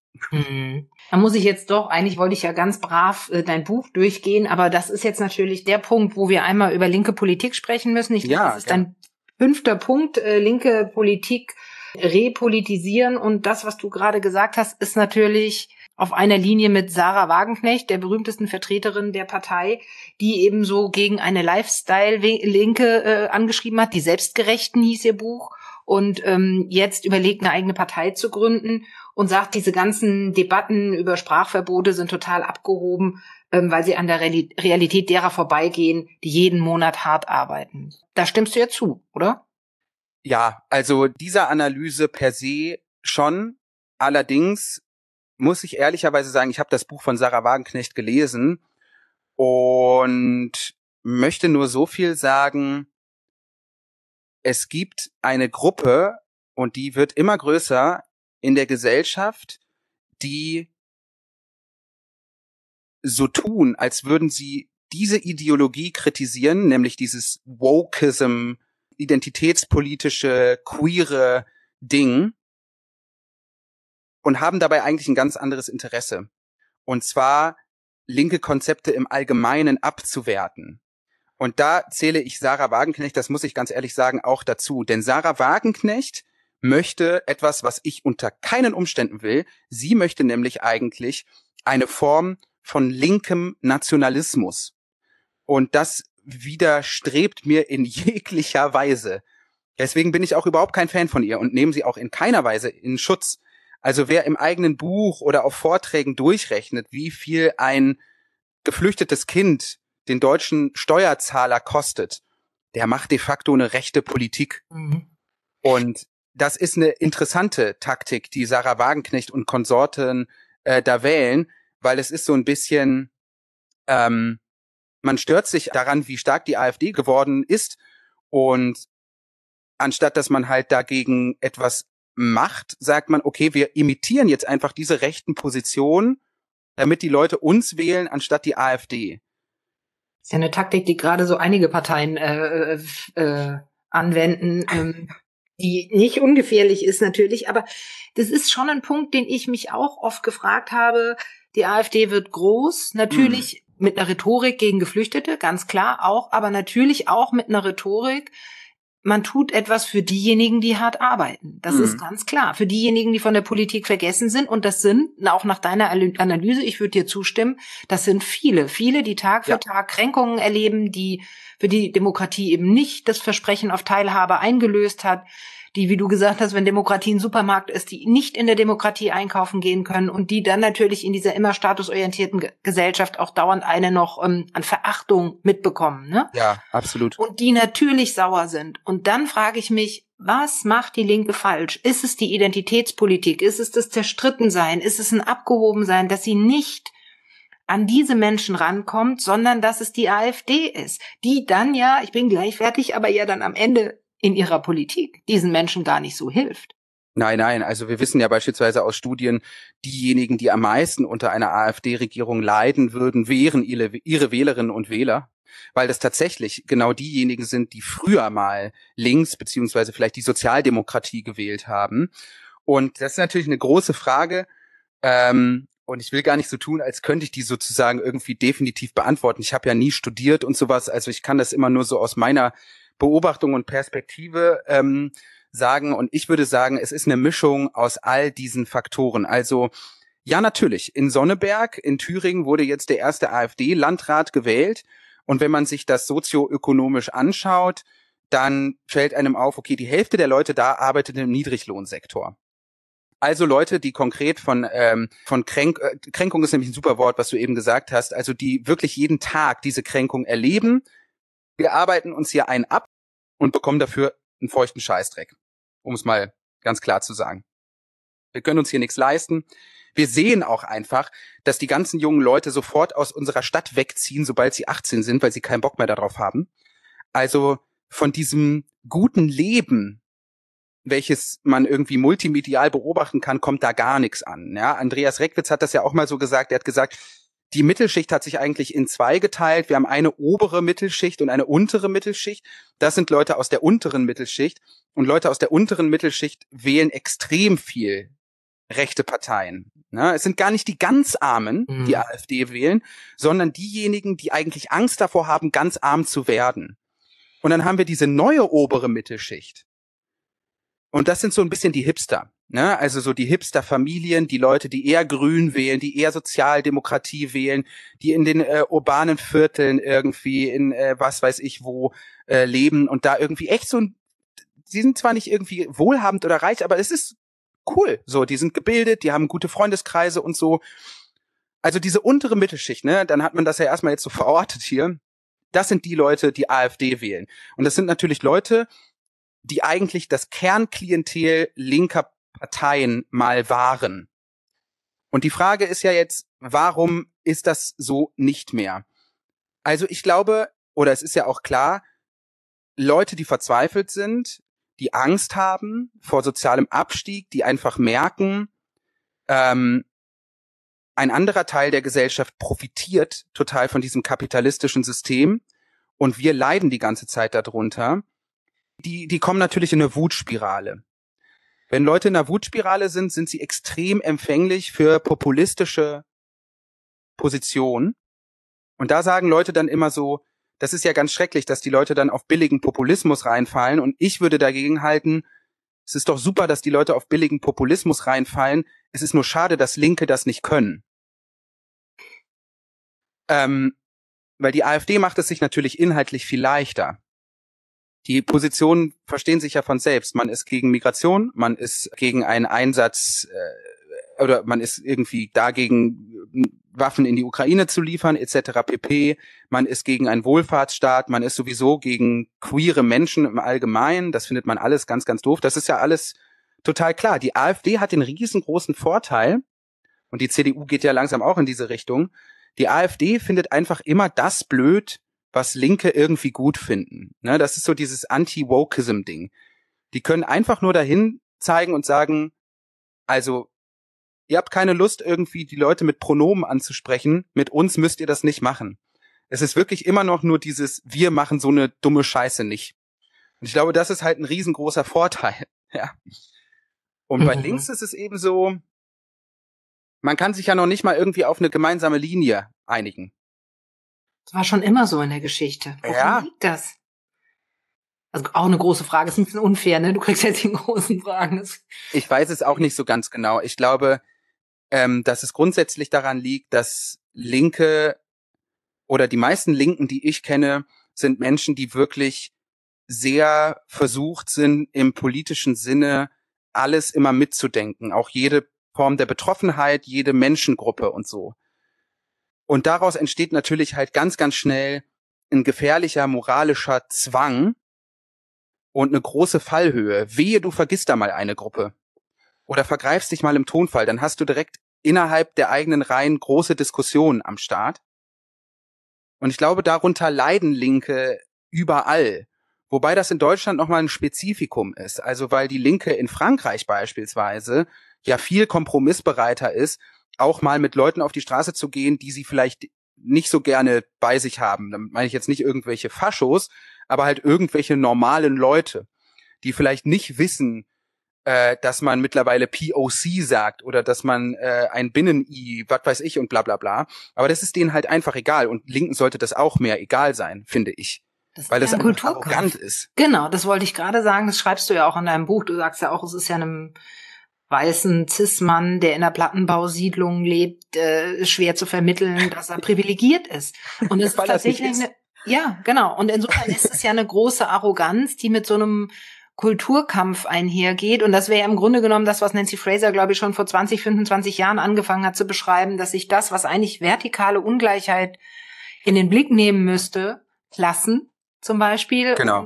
Da muss ich jetzt doch, eigentlich wollte ich ja ganz brav dein Buch durchgehen, aber das ist jetzt natürlich der Punkt, wo wir einmal über linke Politik sprechen müssen. Ich glaube, das ist dein 5. Punkt, linke Politik repolitisieren. Und das, was du gerade gesagt hast, ist natürlich auf einer Linie mit Sarah Wagenknecht, der berühmtesten Vertreterin der Partei, die eben so gegen eine Lifestyle-Linke angeschrieben hat. Die Selbstgerechten hieß ihr Buch. Und jetzt überlegt, eine eigene Partei zu gründen und sagt, diese ganzen Debatten über Sprachverbote sind total abgehoben, weil sie an der Realität derer vorbeigehen, die jeden Monat hart arbeiten. Da stimmst du ja zu, oder? Ja, also dieser Analyse per se schon. Allerdings muss ich ehrlicherweise sagen, ich habe das Buch von Sarah Wagenknecht gelesen und möchte nur so viel sagen, es gibt eine Gruppe, und die wird immer größer in der Gesellschaft, die so tun, als würden sie diese Ideologie kritisieren, nämlich dieses Wokeism, identitätspolitische, queere Ding, und haben dabei eigentlich ein ganz anderes Interesse. Und zwar linke Konzepte im Allgemeinen abzuwerten. Und da zähle ich Sarah Wagenknecht, das muss ich ganz ehrlich sagen, auch dazu. Denn Sarah Wagenknecht möchte etwas, was ich unter keinen Umständen will. Sie möchte nämlich eigentlich eine Form von linkem Nationalismus. Und das widerstrebt mir in jeglicher Weise. Deswegen bin ich auch überhaupt kein Fan von ihr und nehme sie auch in keiner Weise in Schutz. Also wer im eigenen Buch oder auf Vorträgen durchrechnet, wie viel ein geflüchtetes Kind den deutschen Steuerzahler kostet, der macht de facto eine rechte Politik. Mhm. Und das ist eine interessante Taktik, die Sarah Wagenknecht und Konsorten da wählen, weil es ist so ein bisschen, man stört sich daran, wie stark die AfD geworden ist, und anstatt dass man halt dagegen etwas macht, sagt man, okay, wir imitieren jetzt einfach diese rechten Positionen, damit die Leute uns wählen, anstatt die AfD. Das ist ja eine Taktik, die gerade so einige Parteien anwenden, die nicht ungefährlich ist natürlich, aber das ist schon ein Punkt, den ich mich auch oft gefragt habe. Die AfD wird groß, natürlich mit einer Rhetorik gegen Geflüchtete, ganz klar auch, aber natürlich auch mit einer Rhetorik, man tut etwas für diejenigen, die hart arbeiten. Das ist ganz klar. Für diejenigen, die von der Politik vergessen sind. Und das sind, auch nach deiner Analyse, ich würde dir zustimmen, das sind viele, die Tag für Tag Kränkungen erleben, die für die Demokratie eben nicht das Versprechen auf Teilhabe eingelöst hat, die, wie du gesagt hast, wenn Demokratie ein Supermarkt ist, die nicht in der Demokratie einkaufen gehen können und die dann natürlich in dieser immer statusorientierten Gesellschaft auch dauernd eine noch an Verachtung mitbekommen, ne? Ja, absolut. Und die natürlich sauer sind. Und dann frage ich mich, was macht die Linke falsch? Ist es die Identitätspolitik? Ist es das Zerstrittensein? Ist es ein Abgehobensein, dass sie nicht an diese Menschen rankommt, sondern dass es die AfD ist, die dann ja, ich bin gleich fertig, aber ja dann am Ende in ihrer Politik diesen Menschen gar nicht so hilft. Nein, also wir wissen ja beispielsweise aus Studien, diejenigen, die am meisten unter einer AfD-Regierung leiden würden, wären ihre Wählerinnen und Wähler, weil das tatsächlich genau diejenigen sind, die früher mal links beziehungsweise vielleicht die Sozialdemokratie gewählt haben. Und das ist natürlich eine große Frage, und ich will gar nicht so tun, als könnte ich die sozusagen irgendwie definitiv beantworten. Ich habe ja nie studiert und sowas, also ich kann das immer nur so aus meiner Beobachtung und Perspektive sagen, und ich würde sagen, es ist eine Mischung aus all diesen Faktoren. Also ja, natürlich, in Sonneberg in Thüringen wurde jetzt der erste AfD-Landrat gewählt, und wenn man sich das sozioökonomisch anschaut, dann fällt einem auf, okay, die Hälfte der Leute da arbeitet im Niedriglohnsektor. Also Leute, die konkret von Kränkung ist nämlich ein super Wort, was du eben gesagt hast, also die wirklich jeden Tag diese Kränkung erleben. Wir arbeiten uns hier einen ab und bekommen dafür einen feuchten Scheißdreck, um es mal ganz klar zu sagen. Wir können uns hier nichts leisten. Wir sehen auch einfach, dass die ganzen jungen Leute sofort aus unserer Stadt wegziehen, sobald sie 18 sind, weil sie keinen Bock mehr darauf haben. Also von diesem guten Leben, welches man irgendwie multimedial beobachten kann, kommt da gar nichts an. Ja, Andreas Reckwitz hat das ja auch mal so gesagt. Er hat gesagt, die Mittelschicht hat sich eigentlich in zwei geteilt. Wir haben eine obere Mittelschicht und eine untere Mittelschicht. Das sind Leute aus der unteren Mittelschicht. Und Leute aus der unteren Mittelschicht wählen extrem viel rechte Parteien. Ne? Es sind gar nicht die ganz Armen, die AfD wählen, sondern diejenigen, die eigentlich Angst davor haben, ganz arm zu werden. Und dann haben wir diese neue obere Mittelschicht. Und das sind so ein bisschen die Hipster. Ne? Also so die Hipster-Familien, die Leute, die eher Grün wählen, die eher Sozialdemokratie wählen, die in den urbanen Vierteln irgendwie in was weiß ich wo leben und da irgendwie echt so ein, sie sind zwar nicht irgendwie wohlhabend oder reich, aber es ist cool. So, die sind gebildet, die haben gute Freundeskreise und so. Also diese untere Mittelschicht, ne, dann hat man das ja erstmal jetzt so verortet hier. Das sind die Leute, die AfD wählen. Und das sind natürlich Leute, die eigentlich das Kernklientel linker Parteien mal waren. Und die Frage ist ja jetzt, warum ist das so nicht mehr? Also ich glaube, oder es ist ja auch klar, Leute, die verzweifelt sind, die Angst haben vor sozialem Abstieg, die einfach merken, ein anderer Teil der Gesellschaft profitiert total von diesem kapitalistischen System und wir leiden die ganze Zeit darunter. Die kommen natürlich in eine Wutspirale. Wenn Leute in einer Wutspirale sind sie extrem empfänglich für populistische Positionen. Und da sagen Leute dann immer so, das ist ja ganz schrecklich, dass die Leute dann auf billigen Populismus reinfallen. Und ich würde dagegen halten, es ist doch super, dass die Leute auf billigen Populismus reinfallen. Es ist nur schade, dass Linke das nicht können. Weil die AfD macht es sich natürlich inhaltlich viel leichter. Die Positionen verstehen sich ja von selbst. Man ist gegen Migration, man ist gegen einen Einsatz oder man ist irgendwie dagegen, Waffen in die Ukraine zu liefern, etc. pp. Man ist gegen einen Wohlfahrtsstaat, man ist sowieso gegen queere Menschen im Allgemeinen. Das findet man alles ganz, ganz doof. Das ist ja alles total klar. Die AfD hat den riesengroßen Vorteil, und die CDU geht ja langsam auch in diese Richtung, die AfD findet einfach immer das blöd, was Linke irgendwie gut finden. Ne, das ist so dieses Anti-Wokeism-Ding. Die können einfach nur dahin zeigen und sagen, also, ihr habt keine Lust, irgendwie die Leute mit Pronomen anzusprechen, mit uns müsst ihr das nicht machen. Es ist wirklich immer noch nur dieses, wir machen so eine dumme Scheiße nicht. Und ich glaube, das ist halt ein riesengroßer Vorteil. Ja. Und bei links ist es eben so, man kann sich ja noch nicht mal irgendwie auf eine gemeinsame Linie einigen. Das war schon immer so in der Geschichte. Woran liegt das? Also auch eine große Frage. Ist ein bisschen unfair, ne? Du kriegst jetzt die großen Fragen. Ich weiß es auch nicht so ganz genau. Ich glaube, dass es grundsätzlich daran liegt, dass Linke oder die meisten Linken, die ich kenne, sind Menschen, die wirklich sehr versucht sind, im politischen Sinne alles immer mitzudenken. Auch jede Form der Betroffenheit, jede Menschengruppe und so. Und daraus entsteht natürlich halt ganz, ganz schnell ein gefährlicher moralischer Zwang und eine große Fallhöhe. Wehe, du vergisst da mal eine Gruppe. Oder vergreifst dich mal im Tonfall, dann hast du direkt innerhalb der eigenen Reihen große Diskussionen am Start. Und ich glaube, darunter leiden Linke überall. Wobei das in Deutschland nochmal ein Spezifikum ist. Also weil die Linke in Frankreich beispielsweise ja viel kompromissbereiter ist, auch mal mit Leuten auf die Straße zu gehen, die sie vielleicht nicht so gerne bei sich haben. Damit meine ich jetzt nicht irgendwelche Faschos, aber halt irgendwelche normalen Leute, die vielleicht nicht wissen, dass man mittlerweile POC sagt oder dass man ein Binnen-I, was weiß ich und bla bla bla. Aber das ist denen halt einfach egal. Und Linken sollte das auch mehr egal sein, finde ich. Weil das einfach arrogant ist. Genau, das wollte ich gerade sagen. Das schreibst du ja auch in deinem Buch. Du sagst ja auch, es ist ja einem weißen Cis-Mann, der in einer Plattenbausiedlung lebt, schwer zu vermitteln, dass er privilegiert ist. Und es ist tatsächlich ja, genau. Und insofern ist es ja eine große Arroganz, die mit so einem Kulturkampf einhergeht. Und das wäre ja im Grunde genommen das, was Nancy Fraser, glaube ich, schon vor 20, 25 Jahren angefangen hat zu beschreiben, dass sich das, was eigentlich vertikale Ungleichheit in den Blick nehmen müsste, Klassen zum Beispiel, genau,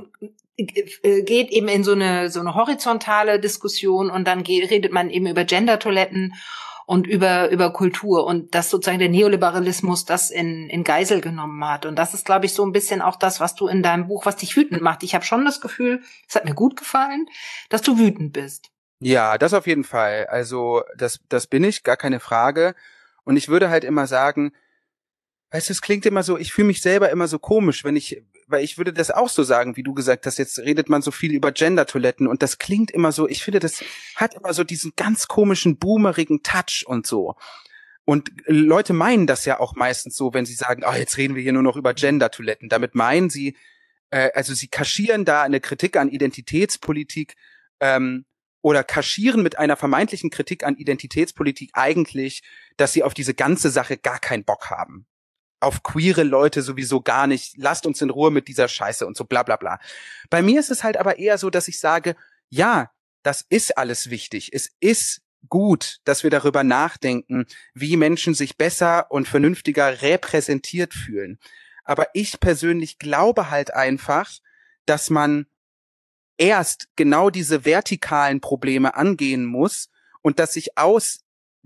geht eben in so eine horizontale Diskussion und dann redet man eben über Gender-Toiletten und über Kultur und dass sozusagen der Neoliberalismus das in Geisel genommen hat. Und das ist, glaube ich, so ein bisschen auch das, was du in deinem Buch, was dich wütend macht. Ich habe schon das Gefühl, es hat mir gut gefallen, dass du wütend bist. Ja, das auf jeden Fall. Also das bin ich, gar keine Frage. Und ich würde halt immer sagen, weißt du, es klingt immer so, ich fühle mich selber immer so komisch, weil ich würde das auch so sagen, wie du gesagt hast, jetzt redet man so viel über Gender-Toiletten und das klingt immer so, ich finde, das hat immer so diesen ganz komischen, boomerigen Touch und so. Und Leute meinen das ja auch meistens so, wenn sie sagen, jetzt reden wir hier nur noch über Gender-Toiletten. Damit meinen sie, also sie kaschieren da eine Kritik an Identitätspolitik, oder kaschieren mit einer vermeintlichen Kritik an Identitätspolitik eigentlich, dass sie auf diese ganze Sache gar keinen Bock haben. Auf queere Leute sowieso gar nicht, lasst uns in Ruhe mit dieser Scheiße und so bla bla bla. Bei mir ist es halt aber eher so, dass ich sage, ja, das ist alles wichtig. Es ist gut, dass wir darüber nachdenken, wie Menschen sich besser und vernünftiger repräsentiert fühlen. Aber ich persönlich glaube halt einfach, dass man erst genau diese vertikalen Probleme angehen muss und dass sich aus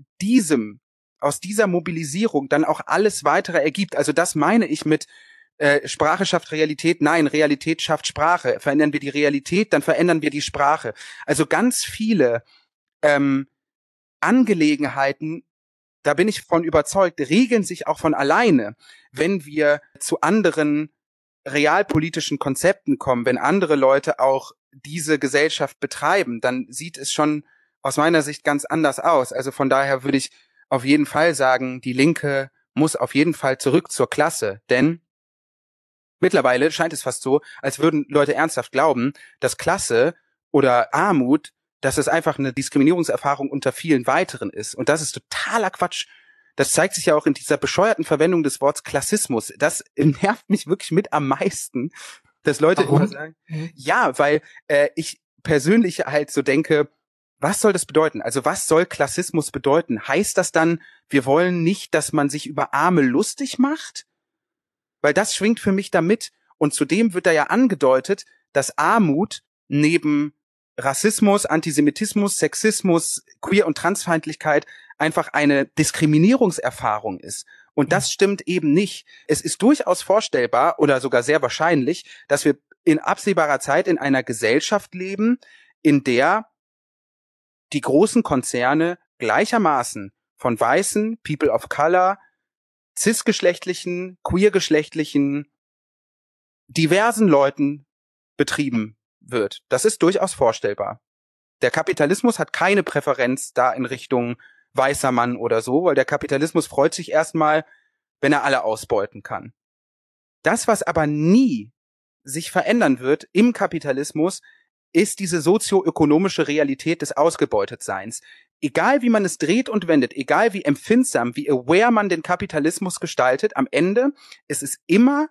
dieser Mobilisierung dann auch alles weitere ergibt. Also das meine ich mit Sprache schafft Realität. Nein, Realität schafft Sprache. Verändern wir die Realität, dann verändern wir die Sprache. Also ganz viele Angelegenheiten da bin ich von überzeugt, regeln sich auch von alleine, wenn wir zu anderen realpolitischen Konzepten kommen, wenn andere Leute auch diese Gesellschaft betreiben, dann sieht es schon aus meiner Sicht ganz anders aus. Also von daher würde ich auf jeden Fall sagen, die Linke muss auf jeden Fall zurück zur Klasse, denn mittlerweile scheint es fast so, als würden Leute ernsthaft glauben, dass Klasse oder Armut, dass es einfach eine Diskriminierungserfahrung unter vielen weiteren ist. Und das ist totaler Quatsch. Das zeigt sich ja auch in dieser bescheuerten Verwendung des Wortes Klassismus. Das nervt mich wirklich mit am meisten, dass Leute immer sagen, ja, weil ich persönlich halt so denke, was soll das bedeuten? Also was soll Klassismus bedeuten? Heißt das dann, wir wollen nicht, dass man sich über Arme lustig macht? Weil das schwingt für mich damit. Und zudem wird da ja angedeutet, dass Armut neben Rassismus, Antisemitismus, Sexismus, Queer- und Transfeindlichkeit einfach eine Diskriminierungserfahrung ist. Und das stimmt eben nicht. Es ist durchaus vorstellbar oder sogar sehr wahrscheinlich, dass wir in absehbarer Zeit in einer Gesellschaft leben, in der die großen Konzerne gleichermaßen von weißen, People of Color, cisgeschlechtlichen, queergeschlechtlichen, diversen Leuten betrieben wird. Das ist durchaus vorstellbar. Der Kapitalismus hat keine Präferenz da in Richtung weißer Mann oder so, weil der Kapitalismus freut sich erstmal, wenn er alle ausbeuten kann. Das, was aber nie sich verändern wird im Kapitalismus, ist diese sozioökonomische Realität des Ausgebeutetseins. Egal wie man es dreht und wendet, egal wie empfindsam, wie aware man den Kapitalismus gestaltet, am Ende ist es immer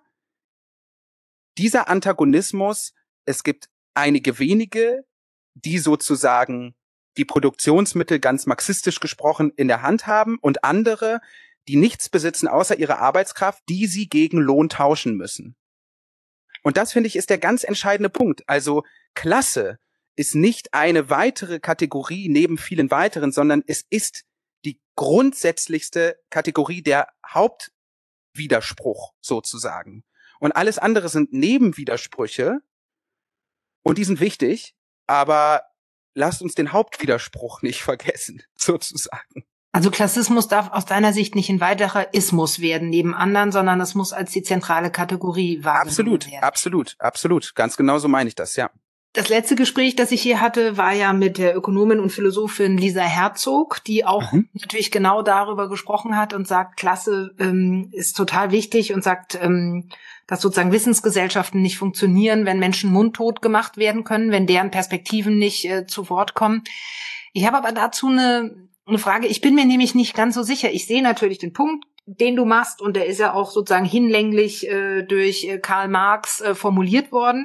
dieser Antagonismus. Es gibt einige wenige, die sozusagen die Produktionsmittel ganz marxistisch gesprochen in der Hand haben und andere, die nichts besitzen außer ihre Arbeitskraft, die sie gegen Lohn tauschen müssen. Und das, finde ich, ist der ganz entscheidende Punkt. Also Klasse ist nicht eine weitere Kategorie neben vielen weiteren, sondern es ist die grundsätzlichste Kategorie, der Hauptwiderspruch sozusagen. Und alles andere sind Nebenwidersprüche und die sind wichtig, aber lasst uns den Hauptwiderspruch nicht vergessen, sozusagen. Also Klassismus darf aus deiner Sicht nicht ein weiterer Ismus werden neben anderen, sondern es muss als die zentrale Kategorie wahrgenommen werden. Absolut. Ganz genau so meine ich das, ja. Das letzte Gespräch, das ich hier hatte, war ja mit der Ökonomin und Philosophin Lisa Herzog, die auch natürlich genau darüber gesprochen hat und sagt, Klasse ist total wichtig und sagt, dass sozusagen Wissensgesellschaften nicht funktionieren, wenn Menschen mundtot gemacht werden können, wenn deren Perspektiven nicht zu Wort kommen. Ich habe aber dazu eine Frage. Ich bin mir nämlich nicht ganz so sicher. Ich sehe natürlich den Punkt, den du machst, und der ist ja auch sozusagen hinlänglich durch Karl Marx formuliert worden.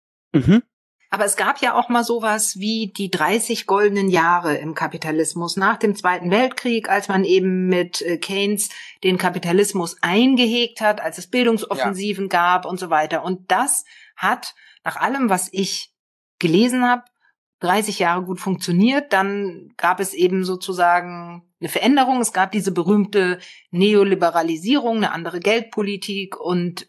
Aber es gab ja auch mal sowas wie die 30 goldenen Jahre im Kapitalismus nach dem Zweiten Weltkrieg, als man eben mit Keynes den Kapitalismus eingehegt hat, als es Bildungsoffensiven gab und so weiter. Und das hat nach allem, was ich gelesen habe, 30 Jahre gut funktioniert. Dann gab es eben sozusagen eine Veränderung. Es gab diese berühmte Neoliberalisierung, eine andere Geldpolitik und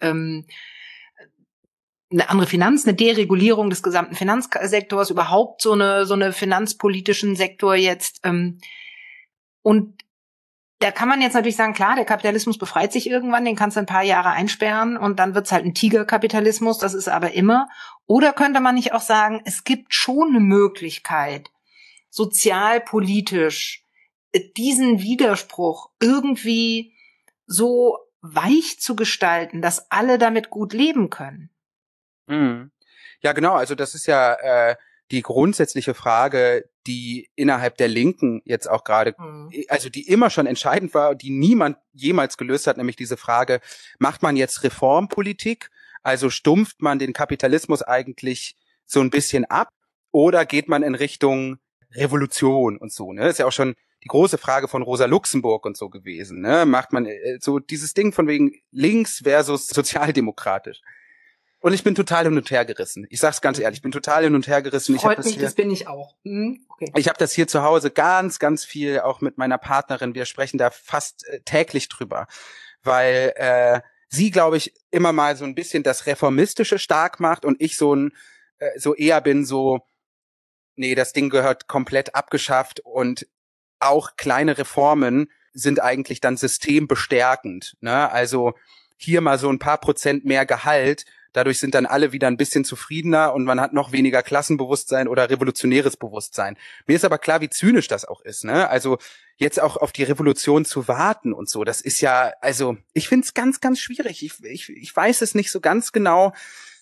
eine andere eine Deregulierung des gesamten Finanzsektors, überhaupt so eine finanzpolitischen Sektor jetzt. Und da kann man jetzt natürlich sagen, klar, der Kapitalismus befreit sich irgendwann, den kannst du ein paar Jahre einsperren und dann wird's halt ein Tigerkapitalismus, das ist aber immer. Oder könnte man nicht auch sagen, es gibt schon eine Möglichkeit, sozialpolitisch diesen Widerspruch irgendwie so weich zu gestalten, dass alle damit gut leben können? Ja, genau. Also das ist ja die grundsätzliche Frage, die innerhalb der Linken jetzt auch gerade, also die immer schon entscheidend war, die niemand jemals gelöst hat, nämlich diese Frage, macht man jetzt Reformpolitik? Also stumpft man den Kapitalismus eigentlich so ein bisschen ab oder geht man in Richtung Revolution und so, ne? Das ist ja auch schon die große Frage von Rosa Luxemburg und so gewesen, ne? Macht man so dieses Ding von wegen links versus sozialdemokratisch. Und ich bin total hin und her gerissen. Ich sag's ganz ehrlich, ich bin total hin und her gerissen. Freut mich, das bin ich auch. Okay. Ich habe das hier zu Hause ganz, ganz viel, auch mit meiner Partnerin. Wir sprechen da fast täglich drüber, weil sie, glaube ich, immer mal so ein bisschen das Reformistische stark macht und ich so eher bin so, nee, das Ding gehört komplett abgeschafft und auch kleine Reformen sind eigentlich dann systembestärkend, ne? Also hier mal so ein paar Prozent mehr Gehalt, dadurch sind dann alle wieder ein bisschen zufriedener und man hat noch weniger Klassenbewusstsein oder revolutionäres Bewusstsein. Mir ist aber klar, wie zynisch das auch ist, ne? Also jetzt auch auf die Revolution zu warten und so, das ist ja, also ich finde es ganz, ganz schwierig. Ich weiß es nicht so ganz genau.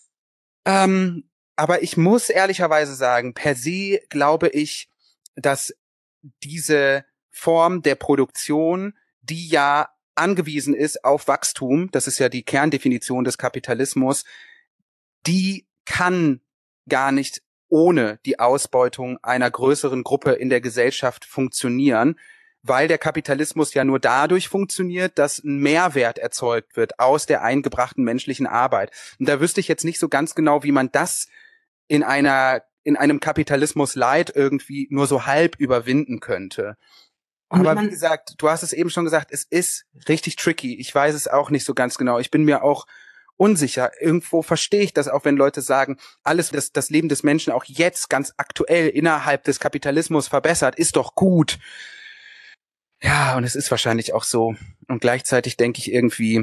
Aber ich muss ehrlicherweise sagen, per se glaube ich, dass diese Form der Produktion, die ja angewiesen ist auf Wachstum, das ist ja die Kerndefinition des Kapitalismus, die kann gar nicht ohne die Ausbeutung einer größeren Gruppe in der Gesellschaft funktionieren, weil der Kapitalismus ja nur dadurch funktioniert, dass ein Mehrwert erzeugt wird aus der eingebrachten menschlichen Arbeit. Und da wüsste ich jetzt nicht so ganz genau, wie man das in einem Kapitalismus Light irgendwie nur so halb überwinden könnte. Aber wie gesagt, du hast es eben schon gesagt, es ist richtig tricky. Ich weiß es auch nicht so ganz genau. Ich bin mir auch unsicher. Irgendwo verstehe ich das auch, wenn Leute sagen, alles, das Leben des Menschen auch jetzt ganz aktuell innerhalb des Kapitalismus verbessert, ist doch gut. Ja, und es ist wahrscheinlich auch so. Und gleichzeitig denke ich irgendwie,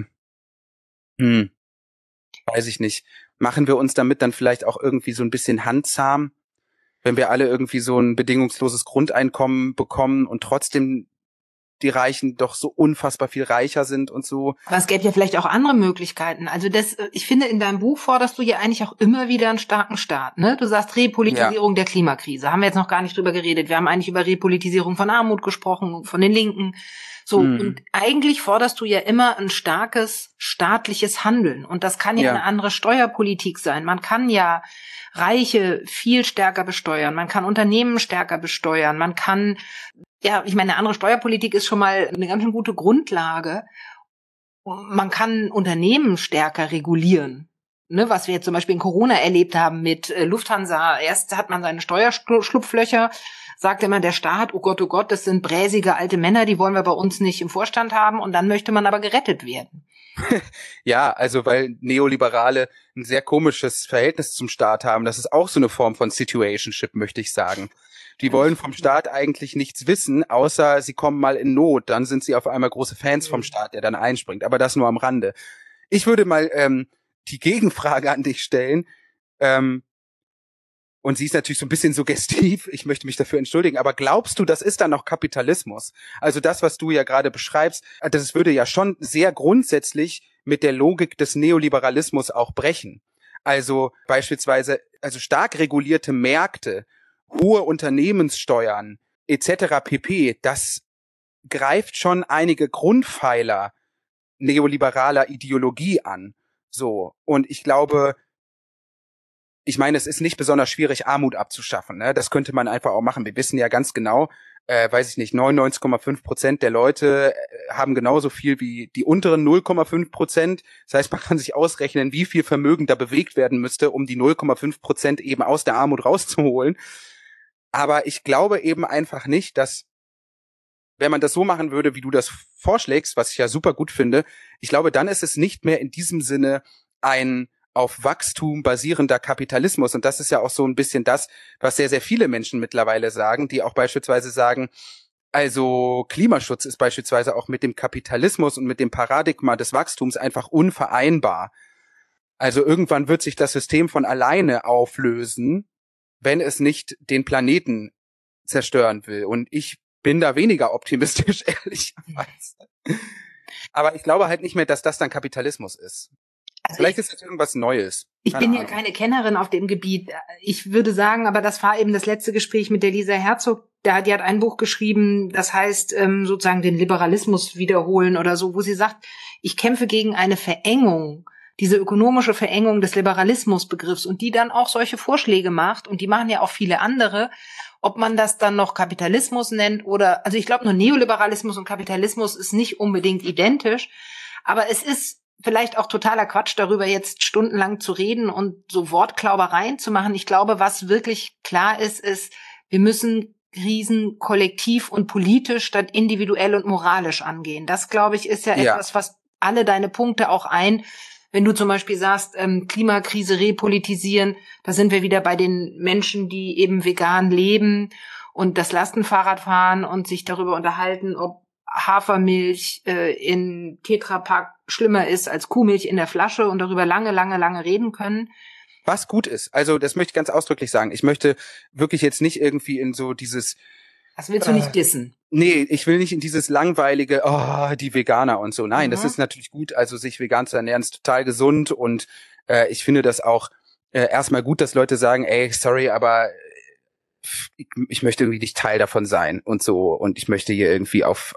weiß ich nicht, machen wir uns damit dann vielleicht auch irgendwie so ein bisschen handzahm, wenn wir alle irgendwie so ein bedingungsloses Grundeinkommen bekommen und trotzdem die Reichen doch so unfassbar viel reicher sind und so. Aber es gäbe ja vielleicht auch andere Möglichkeiten. Also ich finde, in deinem Buch forderst du ja eigentlich auch immer wieder einen starken Staat, ne? Du sagst Repolitisierung der Klimakrise. Haben wir jetzt noch gar nicht drüber geredet. Wir haben eigentlich über Repolitisierung von Armut gesprochen, von den Linken. So. Und eigentlich forderst du ja immer ein starkes staatliches Handeln. Und das kann ja eine andere Steuerpolitik sein. Man kann ja Reiche viel stärker besteuern. Man kann Unternehmen stärker besteuern. Man kann, ja, ich meine, eine andere Steuerpolitik ist schon mal eine ganz schön gute Grundlage. Man kann Unternehmen stärker regulieren. Ne, was wir jetzt zum Beispiel in Corona erlebt haben mit Lufthansa. Erst hat man seine Steuerschlupflöcher, sagt immer der Staat, oh Gott, das sind bräsige alte Männer, die wollen wir bei uns nicht im Vorstand haben. Und dann möchte man aber gerettet werden. Ja, also weil Neoliberale ein sehr komisches Verhältnis zum Staat haben. Das ist auch so eine Form von Situationship, möchte ich sagen. Die wollen vom Staat eigentlich nichts wissen, außer sie kommen mal in Not. Dann sind sie auf einmal große Fans vom Staat, der dann einspringt. Aber das nur am Rande. Ich würde mal die Gegenfrage an dich stellen. Und sie ist natürlich so ein bisschen suggestiv. Ich möchte mich dafür entschuldigen. Aber glaubst du, das ist dann noch Kapitalismus? Also das, was du ja gerade beschreibst, das würde ja schon sehr grundsätzlich mit der Logik des Neoliberalismus auch brechen. Also beispielsweise, also stark regulierte Märkte, hohe Unternehmenssteuern etc. pp., das greift schon einige Grundpfeiler neoliberaler Ideologie an. So. Und ich glaube, ich meine, es ist nicht besonders schwierig, Armut abzuschaffen. Ne? Das könnte man einfach auch machen. Wir wissen ja ganz genau, 99,5% der Leute haben genauso viel wie die unteren 0,5%. Das heißt, man kann sich ausrechnen, wie viel Vermögen da bewegt werden müsste, um die 0,5% eben aus der Armut rauszuholen. Aber ich glaube eben einfach nicht, dass, wenn man das so machen würde, wie du das vorschlägst, was ich ja super gut finde, ich glaube, dann ist es nicht mehr in diesem Sinne ein auf Wachstum basierender Kapitalismus. Und das ist ja auch so ein bisschen das, was sehr, sehr viele Menschen mittlerweile sagen, die auch beispielsweise sagen, also Klimaschutz ist beispielsweise auch mit dem Kapitalismus und mit dem Paradigma des Wachstums einfach unvereinbar. Also irgendwann wird sich das System von alleine auflösen, wenn es nicht den Planeten zerstören will. Und ich bin da weniger optimistisch, ehrlicherweise. Aber ich glaube halt nicht mehr, dass das dann Kapitalismus ist. Also vielleicht ist das irgendwas Neues. Ich bin ja keine Kennerin auf dem Gebiet. Ich würde sagen, aber das war eben das letzte Gespräch mit der Lisa Herzog. Die hat ein Buch geschrieben, das heißt sozusagen den Liberalismus wiederholen oder so, wo sie sagt, ich kämpfe gegen eine Verengung, diese ökonomische Verengung des Liberalismusbegriffs und die dann auch solche Vorschläge macht und die machen ja auch viele andere. Ob man das dann noch Kapitalismus nennt oder, also ich glaube nur Neoliberalismus und Kapitalismus ist nicht unbedingt identisch, aber es ist vielleicht auch totaler Quatsch, darüber jetzt stundenlang zu reden und so Wortklaubereien zu machen. Ich glaube, was wirklich klar ist, wir müssen Krisen kollektiv und politisch statt individuell und moralisch angehen. Das, glaube ich, ist ja etwas, was alle deine Punkte auch wenn du zum Beispiel sagst, Klimakrise repolitisieren, da sind wir wieder bei den Menschen, die eben vegan leben und das Lastenfahrrad fahren und sich darüber unterhalten, ob Hafermilch in Tetrapack schlimmer ist als Kuhmilch in der Flasche und darüber lange reden können. Was gut ist, also das möchte ich ganz ausdrücklich sagen. Ich möchte wirklich jetzt nicht irgendwie in so dieses... Das willst du nicht dissen. Nee, ich will nicht in dieses langweilige, die Veganer und so. Nein, das ist natürlich gut, also sich vegan zu ernähren, ist total gesund und ich finde das auch erstmal gut, dass Leute sagen, ey, sorry, aber ich möchte irgendwie nicht Teil davon sein und so und ich möchte hier irgendwie auf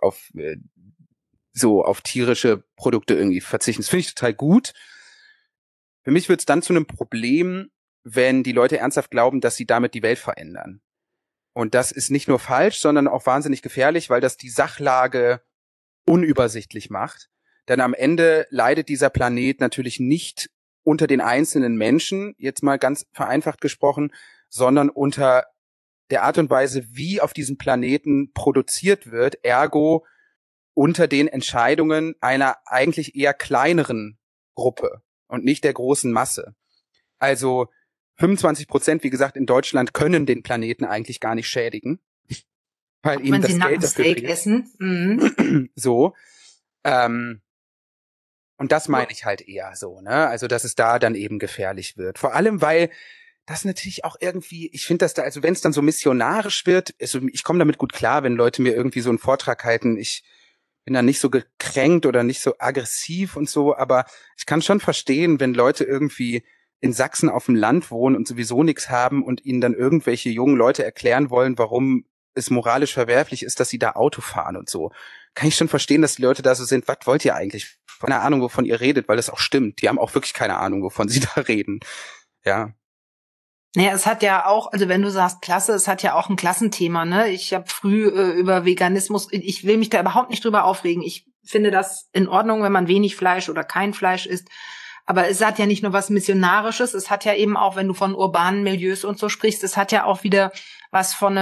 tierische Produkte irgendwie verzichten. Das finde ich total gut. Für mich wird es dann zu einem Problem, wenn die Leute ernsthaft glauben, dass sie damit die Welt verändern. Und das ist nicht nur falsch, sondern auch wahnsinnig gefährlich, weil das die Sachlage unübersichtlich macht. Denn am Ende leidet dieser Planet natürlich nicht unter den einzelnen Menschen, jetzt mal ganz vereinfacht gesprochen, sondern unter der Art und Weise, wie auf diesem Planeten produziert wird, ergo unter den Entscheidungen einer eigentlich eher kleineren Gruppe und nicht der großen Masse. Also 25%, wie gesagt, in Deutschland können den Planeten eigentlich gar nicht schädigen, weil ihnen das Geld dafür Steak essen. So. Und das meine ich halt eher so, ne? Also, dass es da dann eben gefährlich wird. Vor allem, weil das natürlich auch irgendwie, ich finde das da, also wenn es dann so missionarisch wird, also ich komme damit gut klar, wenn Leute mir irgendwie so einen Vortrag halten, ich bin da nicht so gekränkt oder nicht so aggressiv und so, aber ich kann schon verstehen, wenn Leute irgendwie in Sachsen auf dem Land wohnen und sowieso nichts haben und ihnen dann irgendwelche jungen Leute erklären wollen, warum es moralisch verwerflich ist, dass sie da Auto fahren und so. Kann ich schon verstehen, dass die Leute da so sind, was wollt ihr eigentlich? Keine Ahnung, wovon ihr redet, weil das auch stimmt. Die haben auch wirklich keine Ahnung, wovon sie da reden. Ja. Naja, es hat ja auch, also wenn du sagst Klasse, es hat ja auch ein Klassenthema, ne? Ich habe früh über Veganismus, ich will mich da überhaupt nicht drüber aufregen. Ich finde das in Ordnung, wenn man wenig Fleisch oder kein Fleisch isst. Aber es hat ja nicht nur was Missionarisches, es hat ja eben auch, wenn du von urbanen Milieus und so sprichst, es hat ja auch wieder was von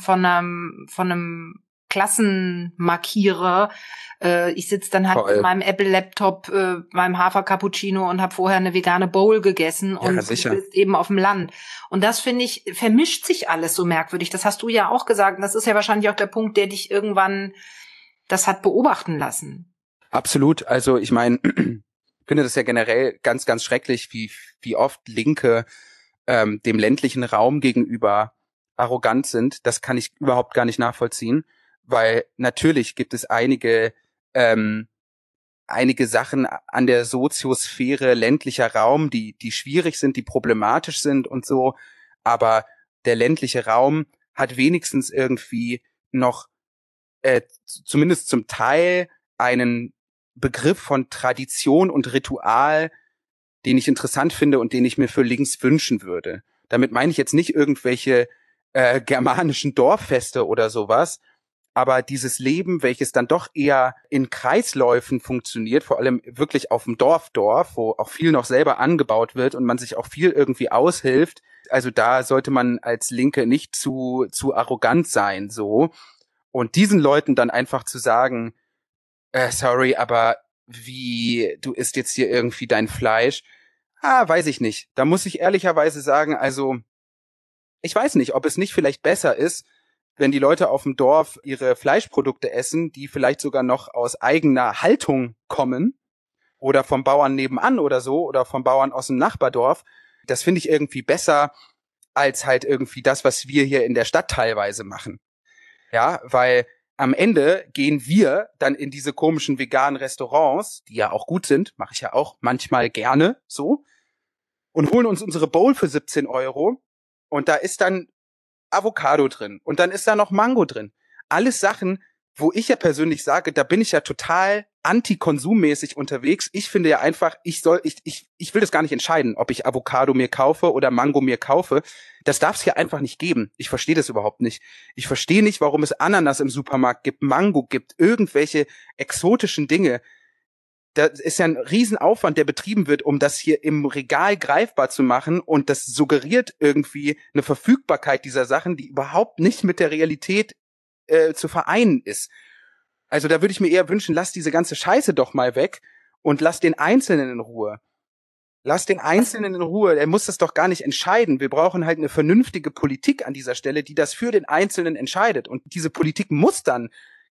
einem Klassenmarkierer. Ich sitze dann halt mit meinem Apple-Laptop, meinem Hafer-Cappuccino und habe vorher eine vegane Bowl gegessen und bist eben auf dem Land. Und das, finde ich, vermischt sich alles so merkwürdig. Das hast du ja auch gesagt. Und das ist ja wahrscheinlich auch der Punkt, der dich irgendwann das hat beobachten lassen. Absolut. Also ich meine, ich finde das ja generell ganz, ganz schrecklich, wie oft Linke dem ländlichen Raum gegenüber arrogant sind. Das kann ich überhaupt gar nicht nachvollziehen, weil natürlich gibt es einige Sachen an der Soziosphäre ländlicher Raum, die schwierig sind, die problematisch sind und so, aber der ländliche Raum hat wenigstens irgendwie noch zumindest zum Teil einen Begriff von Tradition und Ritual, den ich interessant finde und den ich mir für links wünschen würde. Damit meine ich jetzt nicht irgendwelche germanischen Dorffeste oder sowas, aber dieses Leben, welches dann doch eher in Kreisläufen funktioniert, vor allem wirklich auf dem Dorf, wo auch viel noch selber angebaut wird und man sich auch viel irgendwie aushilft. Also da sollte man als Linke nicht zu arrogant sein, so. Und diesen Leuten dann einfach zu sagen, sorry, aber du isst jetzt hier irgendwie dein Fleisch? Weiß ich nicht. Da muss ich ehrlicherweise sagen, also ich weiß nicht, ob es nicht vielleicht besser ist, wenn die Leute auf dem Dorf ihre Fleischprodukte essen, die vielleicht sogar noch aus eigener Haltung kommen oder vom Bauern nebenan oder so oder vom Bauern aus dem Nachbardorf. Das finde ich irgendwie besser als halt irgendwie das, was wir hier in der Stadt teilweise machen. Ja, weil amEnde gehen wir dann in diese komischen veganen Restaurants, die ja auch gut sind, mache ich ja auch manchmal gerne so, und holen uns unsere Bowl für 17 € und da ist dann Avocado drin und dann ist da noch Mango drin. Alles Sachen, wo ich ja persönlich sage, da bin ich ja total anti-konsummäßig unterwegs. Ich finde ja einfach, ich will das gar nicht entscheiden, ob ich Avocado mir kaufe oder Mango mir kaufe. Das darf es hier einfach nicht geben. Ich verstehe das überhaupt nicht. Ich verstehe nicht, warum es Ananas im Supermarkt gibt, Mango gibt, irgendwelche exotischen Dinge. Das ist ja ein Riesenaufwand, der betrieben wird, um das hier im Regal greifbar zu machen. Und das suggeriert irgendwie eine Verfügbarkeit dieser Sachen, die überhaupt nicht mit der Realität zu vereinen ist. Also da würde ich mir eher wünschen, lass diese ganze Scheiße doch mal weg und lass den Einzelnen in Ruhe. Lass den Einzelnen in Ruhe. Er muss das doch gar nicht entscheiden. Wir brauchen halt eine vernünftige Politik an dieser Stelle, die das für den Einzelnen entscheidet. Und diese Politik muss dann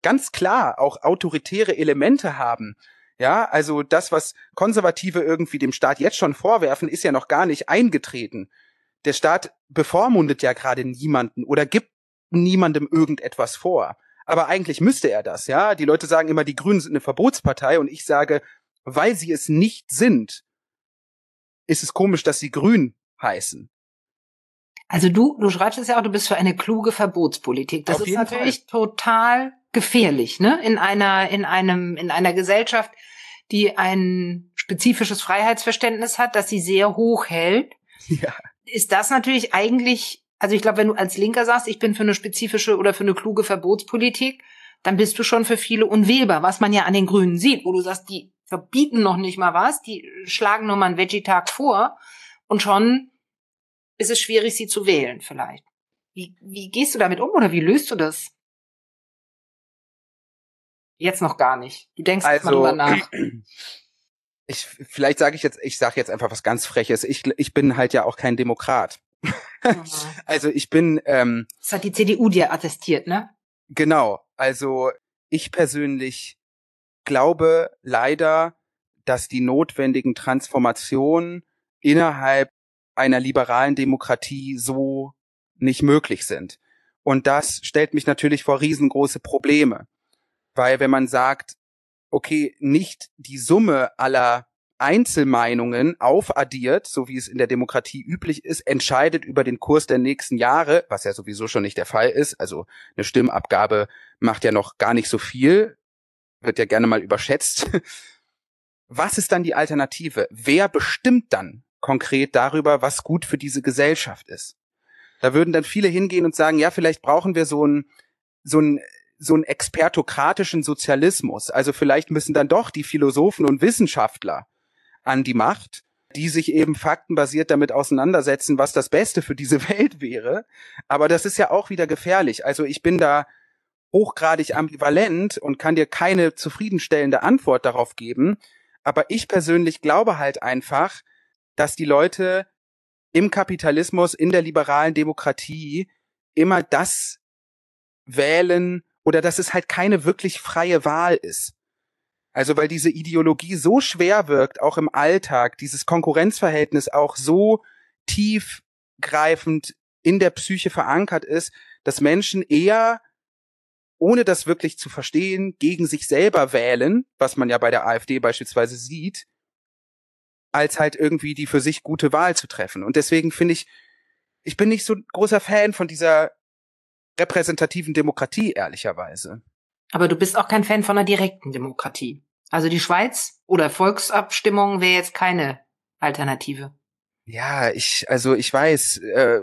ganz klar auch autoritäre Elemente haben. Ja, also das, was Konservative irgendwie dem Staat jetzt schon vorwerfen, ist ja noch gar nicht eingetreten. Der Staat bevormundet ja gerade niemanden oder gibt niemandem irgendetwas vor. Aber eigentlich müsste er das, ja. Die Leute sagen immer, die Grünen sind eine Verbotspartei und ich sage, weil sie es nicht sind, ist es komisch, dass sie grün heißen. Also du schreibst es ja auch, du bist für eine kluge Verbotspolitik. Das ist natürlich total gefährlich, ne? In einer Gesellschaft, die ein spezifisches Freiheitsverständnis hat, das sie sehr hoch hält. Ja. Ist das natürlich eigentlich, also ich glaube, wenn du als Linker sagst, ich bin für eine spezifische oder für eine kluge Verbotspolitik, dann bist du schon für viele unwählbar, was man ja an den Grünen sieht, wo du sagst, die verbieten noch nicht mal was, die schlagen nur mal einen Veggie-Tag vor und schon ist es schwierig, sie zu wählen vielleicht. Wie gehst du damit um oder wie löst du das? Jetzt noch gar nicht. Du denkst mal drüber nach. Ich sage jetzt einfach was ganz Freches. Ich bin halt ja auch kein Demokrat. Also ich bin das hat die CDU dir attestiert, ne? Genau. Also ich persönlich glaube leider, dass die notwendigen Transformationen innerhalb einer liberalen Demokratie so nicht möglich sind. Und das stellt mich natürlich vor riesengroße Probleme. Weil wenn man sagt, okay, nicht die Summe aller Einzelmeinungen aufaddiert, so wie es in der Demokratie üblich ist, entscheidet über den Kurs der nächsten Jahre, was ja sowieso schon nicht der Fall ist. Also eine Stimmabgabe macht ja noch gar nicht so viel, wird ja gerne mal überschätzt. Was ist dann die Alternative? Wer bestimmt dann konkret darüber, was gut für diese Gesellschaft ist? Da würden dann viele hingehen und sagen, ja, vielleicht brauchen wir so einen expertokratischen Sozialismus. Also vielleicht müssen dann doch die Philosophen und Wissenschaftler an die Macht, die sich eben faktenbasiert damit auseinandersetzen, was das Beste für diese Welt wäre. Aber das ist ja auch wieder gefährlich. Also ich bin da hochgradig ambivalent und kann dir keine zufriedenstellende Antwort darauf geben. Aber ich persönlich glaube halt einfach, dass die Leute im Kapitalismus, in der liberalen Demokratie immer das wählen oder dass es halt keine wirklich freie Wahl ist. Also weil diese Ideologie so schwer wirkt, auch im Alltag, dieses Konkurrenzverhältnis auch so tiefgreifend in der Psyche verankert ist, dass Menschen eher, ohne das wirklich zu verstehen, gegen sich selber wählen, was man ja bei der AfD beispielsweise sieht, als halt irgendwie die für sich gute Wahl zu treffen. Und deswegen finde ich bin nicht so ein großer Fan von dieser repräsentativen Demokratie, ehrlicherweise. Aber du bist auch kein Fan von einer direkten Demokratie. Also die Schweiz oder Volksabstimmung wäre jetzt keine Alternative. Ja, ich weiß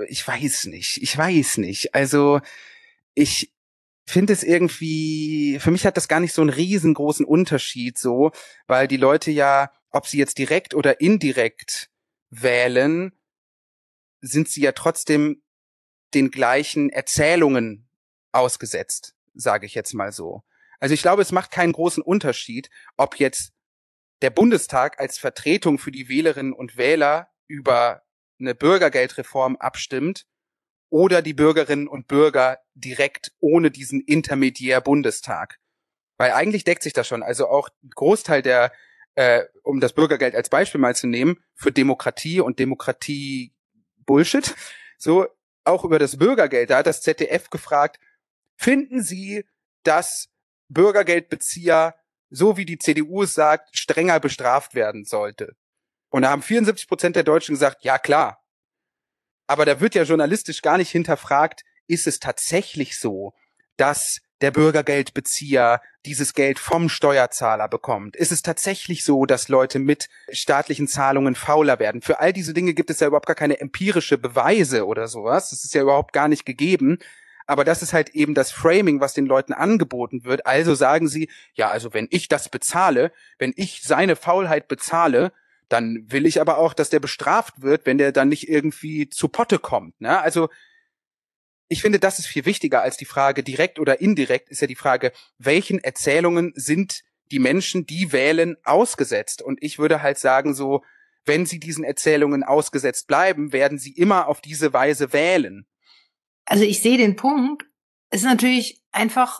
nicht. Also ich finde es irgendwie, für mich hat das gar nicht so einen riesengroßen Unterschied so, weil die Leute ja, ob sie jetzt direkt oder indirekt wählen, sind sie ja trotzdem den gleichen Erzählungen ausgesetzt, sage ich jetzt mal so. Also ich glaube, es macht keinen großen Unterschied, ob jetzt der Bundestag als Vertretung für die Wählerinnen und Wähler über eine Bürgergeldreform abstimmt oder die Bürgerinnen und Bürger direkt ohne diesen Intermediär-Bundestag. Weil eigentlich deckt sich das schon. Also auch ein Großteil der, um das Bürgergeld als Beispiel mal zu nehmen, für Demokratie und Demokratie-Bullshit, so auch über das Bürgergeld, da hat das ZDF gefragt, finden Sie, dass Bürgergeldbezieher, so wie die CDU es sagt, strenger bestraft werden sollte? Und da haben 74% der Deutschen gesagt, ja klar. Aber da wird ja journalistisch gar nicht hinterfragt, ist es tatsächlich so, dass der Bürgergeldbezieher dieses Geld vom Steuerzahler bekommt? Ist es tatsächlich so, dass Leute mit staatlichen Zahlungen fauler werden? Für all diese Dinge gibt es ja überhaupt gar keine empirische Beweise oder sowas. Das ist ja überhaupt gar nicht gegeben. Aber das ist halt eben das Framing, was den Leuten angeboten wird. Also sagen sie, ja, also wenn ich das bezahle, wenn ich seine Faulheit bezahle, dann will ich aber auch, dass der bestraft wird, wenn der dann nicht irgendwie zu Potte kommt. Ne? Also ich finde, das ist viel wichtiger als die Frage, direkt oder indirekt, ist ja die Frage, welchen Erzählungen sind die Menschen, die wählen, ausgesetzt? Und ich würde halt sagen so, wenn sie diesen Erzählungen ausgesetzt bleiben, werden sie immer auf diese Weise wählen. Also ich sehe den Punkt. Es ist natürlich einfach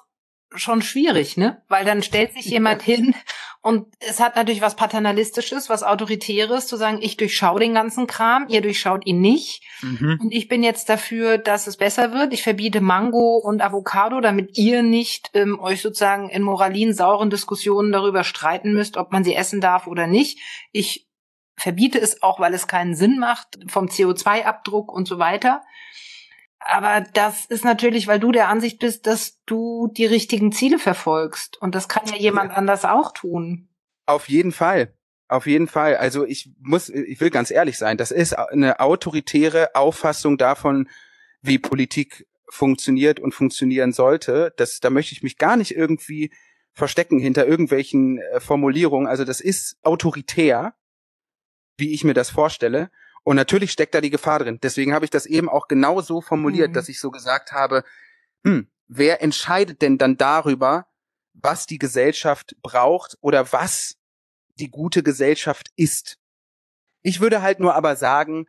schon schwierig, ne? Weil dann stellt sich jemand hin und es hat natürlich was Paternalistisches, was Autoritäres, zu sagen, ich durchschaue den ganzen Kram, ihr durchschaut ihn nicht. Und ich bin jetzt dafür, dass es besser wird. Ich verbiete Mango und Avocado, damit ihr nicht euch sozusagen in moralinsauren Diskussionen darüber streiten müsst, ob man sie essen darf oder nicht. Ich verbiete es auch, weil es keinen Sinn macht, vom CO2-Abdruck und so weiter. Aber das ist natürlich, weil du der Ansicht bist, dass du die richtigen Ziele verfolgst. Und das kann ja jemand anders auch tun. Auf jeden Fall. Auf jeden Fall. Also ich will ganz ehrlich sein, das ist eine autoritäre Auffassung davon, wie Politik funktioniert und funktionieren sollte. Da möchte ich mich gar nicht irgendwie verstecken hinter irgendwelchen Formulierungen. Also das ist autoritär, wie ich mir das vorstelle. Und natürlich steckt da die Gefahr drin. Deswegen habe ich das eben auch genau so formuliert, dass ich so gesagt habe, wer entscheidet denn dann darüber, was die Gesellschaft braucht oder was die gute Gesellschaft ist? Ich würde halt nur aber sagen,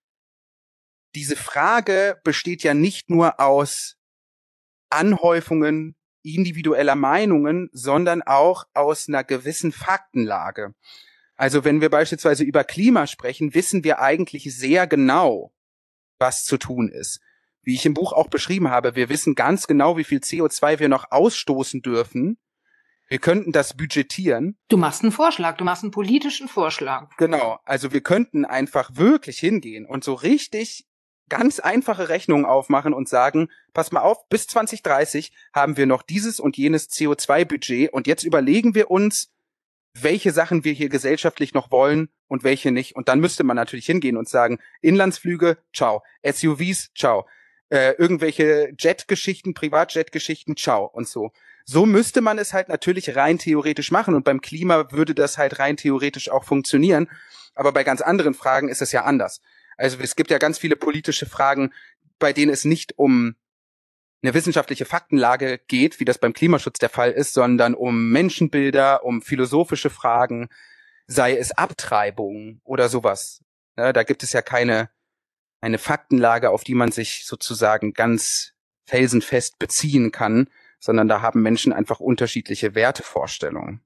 diese Frage besteht ja nicht nur aus Anhäufungen individueller Meinungen, sondern auch aus einer gewissen Faktenlage. Also wenn wir beispielsweise über Klima sprechen, wissen wir eigentlich sehr genau, was zu tun ist. Wie ich im Buch auch beschrieben habe, wir wissen ganz genau, wie viel CO2 wir noch ausstoßen dürfen. Wir könnten das budgetieren. Du machst einen Vorschlag, du machst einen politischen Vorschlag. Genau, also wir könnten einfach wirklich hingehen und so richtig ganz einfache Rechnungen aufmachen und sagen, pass mal auf, bis 2030 haben wir noch dieses und jenes CO2-Budget und jetzt überlegen wir uns, welche Sachen wir hier gesellschaftlich noch wollen und welche nicht. Und dann müsste man natürlich hingehen und sagen, Inlandsflüge, ciao. SUVs, ciao. Irgendwelche Jet-Geschichten, Privatjet-Geschichten, ciao und so. So müsste man es halt natürlich rein theoretisch machen. Und beim Klima würde das halt rein theoretisch auch funktionieren. Aber bei ganz anderen Fragen ist es ja anders. Also es gibt ja ganz viele politische Fragen, bei denen es nicht um eine wissenschaftliche Faktenlage geht, wie das beim Klimaschutz der Fall ist, sondern um Menschenbilder, um philosophische Fragen, sei es Abtreibung oder sowas. Ja, da gibt es ja eine Faktenlage, auf die man sich sozusagen ganz felsenfest beziehen kann, sondern da haben Menschen einfach unterschiedliche Wertevorstellungen.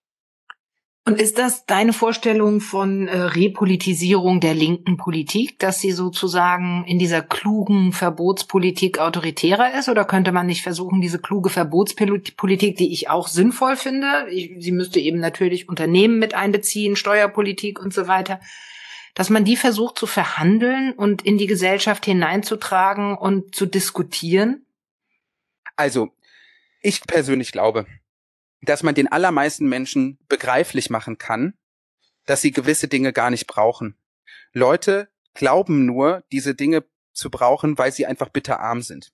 Und ist das deine Vorstellung von Repolitisierung der linken Politik, dass sie sozusagen in dieser klugen Verbotspolitik autoritärer ist? Oder könnte man nicht versuchen, diese kluge Verbotspolitik, die ich auch sinnvoll finde, sie müsste eben natürlich Unternehmen mit einbeziehen, Steuerpolitik und so weiter, dass man die versucht zu verhandeln und in die Gesellschaft hineinzutragen und zu diskutieren? Also, ich persönlich glaube, dass man den allermeisten Menschen begreiflich machen kann, dass sie gewisse Dinge gar nicht brauchen. Leute glauben nur, diese Dinge zu brauchen, weil sie einfach bitterarm sind.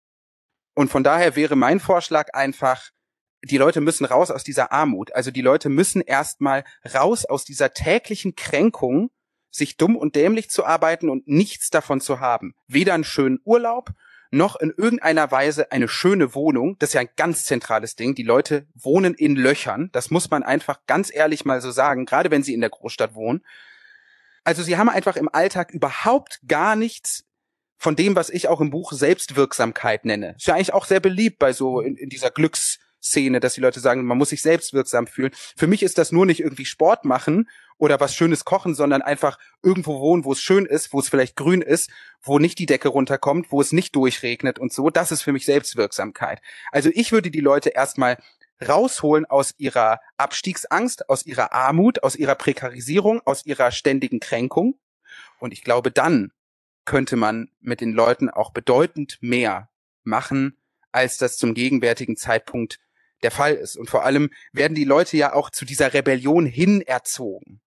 Und von daher wäre mein Vorschlag einfach, die Leute müssen raus aus dieser Armut. Also die Leute müssen erstmal raus aus dieser täglichen Kränkung, sich dumm und dämlich zu arbeiten und nichts davon zu haben. Weder einen schönen Urlaub, noch in irgendeiner Weise eine schöne Wohnung. Das ist ja ein ganz zentrales Ding. Die Leute wohnen in Löchern. Das muss man einfach ganz ehrlich mal so sagen, gerade wenn sie in der Großstadt wohnen. Also sie haben einfach im Alltag überhaupt gar nichts von dem, was ich auch im Buch Selbstwirksamkeit nenne. Ist ja eigentlich auch sehr beliebt bei so in dieser Glücksszene, dass die Leute sagen, man muss sich selbstwirksam fühlen. Für mich ist das nur nicht irgendwie Sport machen oder was Schönes kochen, sondern einfach irgendwo wohnen, wo es schön ist, wo es vielleicht grün ist, wo nicht die Decke runterkommt, wo es nicht durchregnet und so. Das ist für mich Selbstwirksamkeit. Also ich würde die Leute erstmal rausholen aus ihrer Abstiegsangst, aus ihrer Armut, aus ihrer Prekarisierung, aus ihrer ständigen Kränkung. Und ich glaube, dann könnte man mit den Leuten auch bedeutend mehr machen, als das zum gegenwärtigen Zeitpunkt der Fall ist. Und vor allem werden die Leute ja auch zu dieser Rebellion hin erzogen.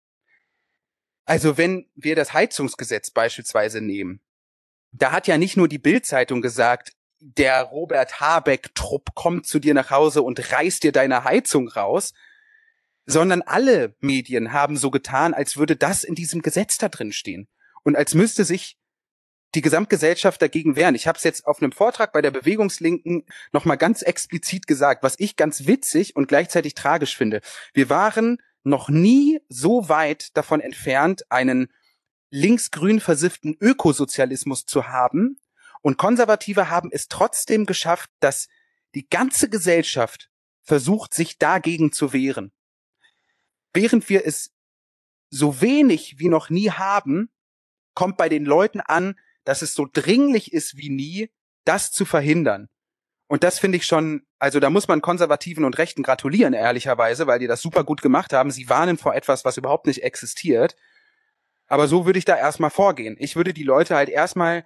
Also wenn wir das Heizungsgesetz beispielsweise nehmen, da hat ja nicht nur die Bild-Zeitung gesagt, der Robert Habeck-Trupp kommt zu dir nach Hause und reißt dir deine Heizung raus, sondern alle Medien haben so getan, als würde das in diesem Gesetz da drin stehen und als müsste sich die Gesamtgesellschaft dagegen wehren. Ich habe es jetzt auf einem Vortrag bei der Bewegungslinken nochmal ganz explizit gesagt, was ich ganz witzig und gleichzeitig tragisch finde. Wir waren noch nie so weit davon entfernt, einen linksgrün versifften Ökosozialismus zu haben. Und Konservative haben es trotzdem geschafft, dass die ganze Gesellschaft versucht, sich dagegen zu wehren. Während wir es so wenig wie noch nie haben, kommt bei den Leuten an, dass es so dringlich ist wie nie, das zu verhindern. Und das finde ich schon, also da muss man Konservativen und Rechten gratulieren, ehrlicherweise, weil die das super gut gemacht haben. Sie warnen vor etwas, was überhaupt nicht existiert. Aber so würde ich da erstmal vorgehen. Ich würde den Leuten erstmal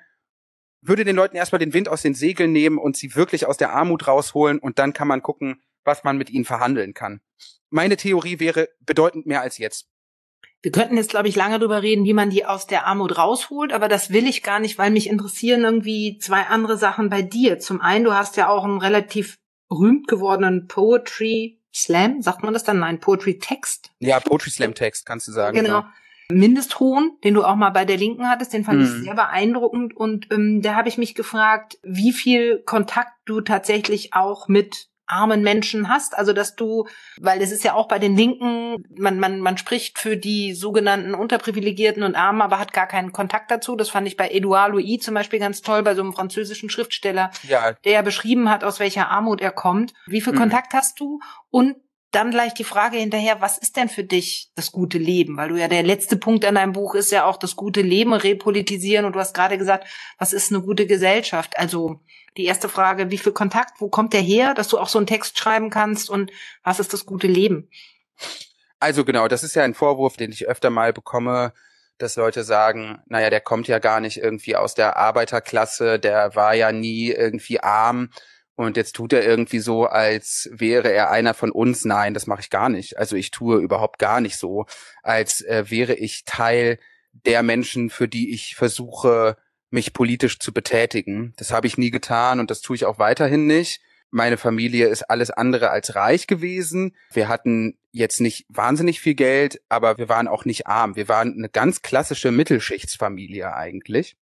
den Wind aus den Segeln nehmen und sie wirklich aus der Armut rausholen und dann kann man gucken, was man mit ihnen verhandeln kann. Meine Theorie wäre bedeutend mehr als jetzt. Wir könnten jetzt, glaube ich, lange drüber reden, wie man die aus der Armut rausholt, aber das will ich gar nicht, weil mich interessieren irgendwie zwei andere Sachen bei dir. Zum einen, du hast ja auch einen relativ berühmt gewordenen Poetry Slam, sagt man das dann? Nein, Poetry Text. Ja, Poetry Slam Text, kannst du sagen. Genau. Ja. Mindesthohn, den du auch mal bei der Linken hattest, den fand ich sehr beeindruckend und da habe ich mich gefragt, wie viel Kontakt du tatsächlich auch mit armen Menschen hast, also dass du, weil es ist ja auch bei den Linken, man spricht für die sogenannten Unterprivilegierten und Armen, aber hat gar keinen Kontakt dazu. Das fand ich bei Edouard Louis zum Beispiel ganz toll, bei so einem französischen Schriftsteller, der ja beschrieben hat, aus welcher Armut er kommt. Wie viel Kontakt hast du? Und dann gleich die Frage hinterher, was ist denn für dich das gute Leben? Weil du ja, der letzte Punkt an deinem Buch ist ja auch das gute Leben repolitisieren und du hast gerade gesagt, was ist eine gute Gesellschaft? Also die erste Frage, wie viel Kontakt, wo kommt der her, dass du auch so einen Text schreiben kannst und was ist das gute Leben? Also genau, das ist ja ein Vorwurf, den ich öfter mal bekomme, dass Leute sagen, naja, der kommt ja gar nicht irgendwie aus der Arbeiterklasse, der war ja nie irgendwie arm. Und jetzt tut er irgendwie so, als wäre er einer von uns. Nein, das mache ich gar nicht. Also ich tue überhaupt gar nicht so, als wäre ich Teil der Menschen, für die ich versuche, mich politisch zu betätigen. Das habe ich nie getan und das tue ich auch weiterhin nicht. Meine Familie ist alles andere als reich gewesen. Wir hatten jetzt nicht wahnsinnig viel Geld, aber wir waren auch nicht arm. Wir waren eine ganz klassische Mittelschichtsfamilie eigentlich.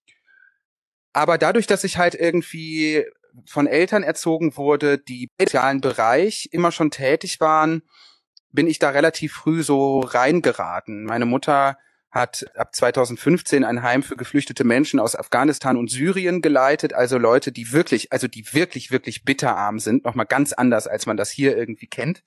Aber dadurch, dass ich halt irgendwie von Eltern erzogen wurde, die im sozialen Bereich immer schon tätig waren, bin ich da relativ früh so reingeraten. Meine Mutter hat ab 2015 ein Heim für geflüchtete Menschen aus Afghanistan und Syrien geleitet, also Leute, die wirklich, wirklich bitterarm sind, nochmal ganz anders, als man das hier irgendwie kennt.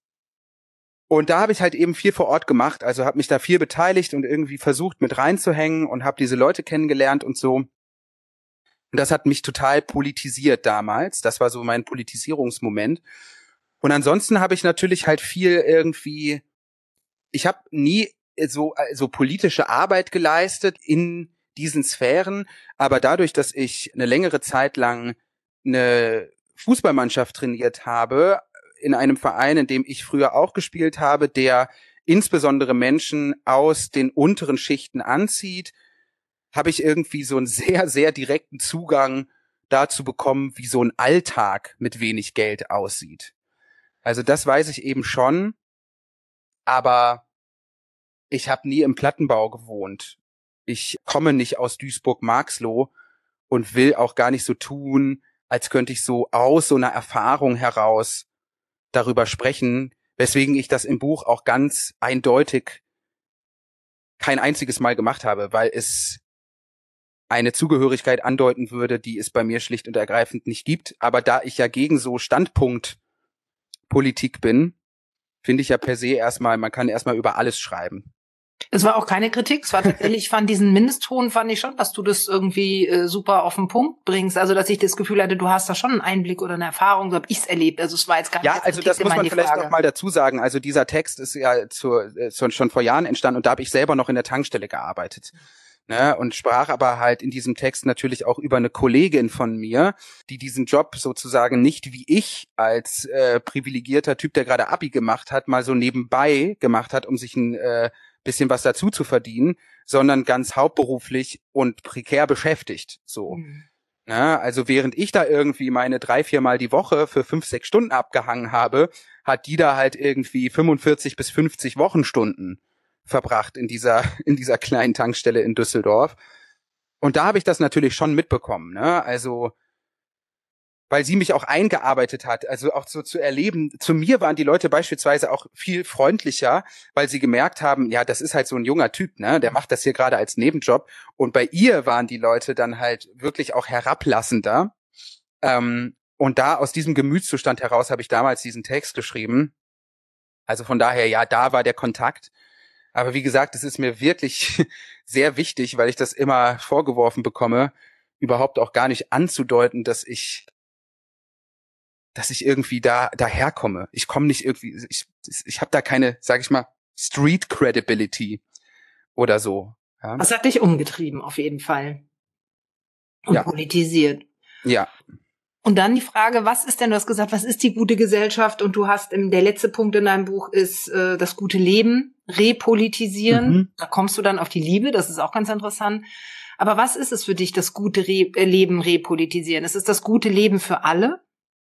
Und da habe ich halt eben viel vor Ort gemacht, also habe mich da viel beteiligt und irgendwie versucht mit reinzuhängen und habe diese Leute kennengelernt und so. Und das hat mich total politisiert damals. Das war so mein Politisierungsmoment. Und ansonsten habe ich natürlich halt viel irgendwie, ich habe nie so politische Arbeit geleistet in diesen Sphären, aber dadurch, dass ich eine längere Zeit lang eine Fußballmannschaft trainiert habe, in einem Verein, in dem ich früher auch gespielt habe, der insbesondere Menschen aus den unteren Schichten anzieht, habe ich irgendwie so einen sehr, sehr direkten Zugang dazu bekommen, wie so ein Alltag mit wenig Geld aussieht. Also das weiß ich eben schon, aber ich habe nie im Plattenbau gewohnt. Ich komme nicht aus Duisburg-Marxloh und will auch gar nicht so tun, als könnte ich so aus so einer Erfahrung heraus darüber sprechen, weswegen ich das im Buch auch ganz eindeutig kein einziges Mal gemacht habe, weil es eine Zugehörigkeit andeuten würde, die es bei mir schlicht und ergreifend nicht gibt. Aber da ich ja gegen so Standpunktpolitik bin, finde ich ja per se erstmal, man kann erstmal über alles schreiben. Es war auch keine Kritik, es war tatsächlich, ich fand diesen Mindestton, fand ich schon, dass du das irgendwie super auf den Punkt bringst. Also, dass ich das Gefühl hatte, du hast da schon einen Einblick oder eine Erfahrung, so habe ich es erlebt. Also, es war jetzt gar nicht. Ja, also das muss man vielleicht noch mal dazu sagen. Also, dieser Text ist ja schon vor Jahren entstanden und da habe ich selber noch in der Tankstelle gearbeitet. Ne, und sprach aber halt in diesem Text natürlich auch über eine Kollegin von mir, die diesen Job sozusagen nicht wie ich als privilegierter Typ, der gerade Abi gemacht hat, mal so nebenbei gemacht hat, um sich ein bisschen was dazu zu verdienen, sondern ganz hauptberuflich und prekär beschäftigt. So. Ne, also während ich da irgendwie meine 3-4 Mal die Woche für 5-6 Stunden abgehangen habe, hat die da halt irgendwie 45 bis 50 Wochenstunden verbracht in dieser kleinen Tankstelle in Düsseldorf. Und da habe ich das natürlich schon mitbekommen, ne? Also, weil sie mich auch eingearbeitet hat, also auch so zu erleben, zu mir waren die Leute beispielsweise auch viel freundlicher, weil sie gemerkt haben, ja, das ist halt so ein junger Typ, ne? Der macht das hier gerade als Nebenjob. Und bei ihr waren die Leute dann halt wirklich auch herablassender. Und da aus diesem Gemütszustand heraus habe ich damals diesen Text geschrieben. Also von daher, ja, da war der Kontakt. Aber wie gesagt, es ist mir wirklich sehr wichtig, weil ich das immer vorgeworfen bekomme, überhaupt auch gar nicht anzudeuten, dass ich irgendwie daherkomme. Ich komme nicht irgendwie, ich habe da keine, sag ich mal, Street Credibility oder so. Ja? Das hat dich umgetrieben, auf jeden Fall. Und Ja. politisiert. Ja. Und dann die Frage, was ist denn, du hast gesagt, was ist die gute Gesellschaft? Und du hast, der letzte Punkt in deinem Buch ist das gute Leben, repolitisieren. Mhm. Da kommst du dann auf die Liebe, das ist auch ganz interessant. Aber was ist es für dich, das gute Leben repolitisieren? Ist es das gute Leben für alle?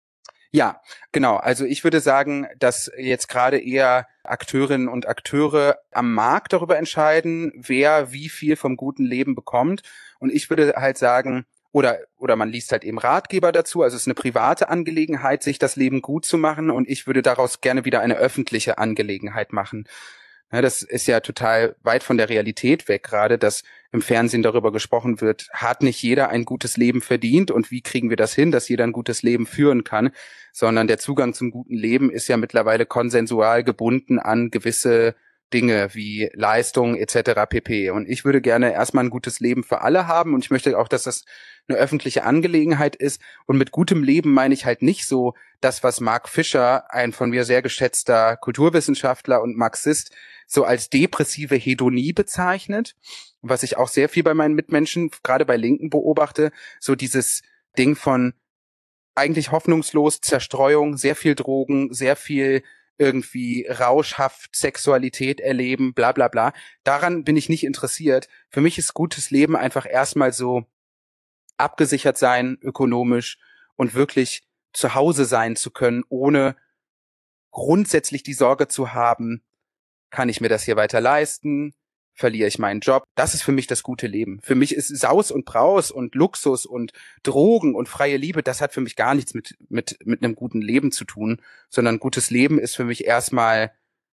Ja, genau. Also ich würde sagen, dass jetzt gerade eher Akteurinnen und Akteure am Markt darüber entscheiden, wer wie viel vom guten Leben bekommt. Und ich würde halt sagen, oder man liest halt eben Ratgeber dazu, also es ist eine private Angelegenheit, sich das Leben gut zu machen, und ich würde daraus gerne wieder eine öffentliche Angelegenheit machen. Ja, das ist ja total weit von der Realität weg gerade, dass im Fernsehen darüber gesprochen wird, hat nicht jeder ein gutes Leben verdient und wie kriegen wir das hin, dass jeder ein gutes Leben führen kann, sondern der Zugang zum guten Leben ist ja mittlerweile konsensual gebunden an gewisse Dinge wie Leistung etc. pp. Und ich würde gerne erstmal ein gutes Leben für alle haben, und ich möchte auch, dass das eine öffentliche Angelegenheit ist. Und mit gutem Leben meine ich halt nicht so das, was Mark Fisher, ein von mir sehr geschätzter Kulturwissenschaftler und Marxist, so als depressive Hedonie bezeichnet, was ich auch sehr viel bei meinen Mitmenschen, gerade bei Linken, beobachte, so dieses Ding von eigentlich hoffnungslos Zerstreuung, sehr viel Drogen, sehr viel irgendwie rauschhaft Sexualität erleben, bla bla bla. Daran bin ich nicht interessiert. Für mich ist gutes Leben einfach erstmal so abgesichert sein, ökonomisch, und wirklich zu Hause sein zu können, ohne grundsätzlich die Sorge zu haben, kann ich mir das hier weiter leisten? Verliere ich meinen Job? Das ist für mich das gute Leben. Für mich ist Saus und Braus und Luxus und Drogen und freie Liebe, das hat für mich gar nichts mit einem guten Leben zu tun, sondern gutes Leben ist für mich erstmal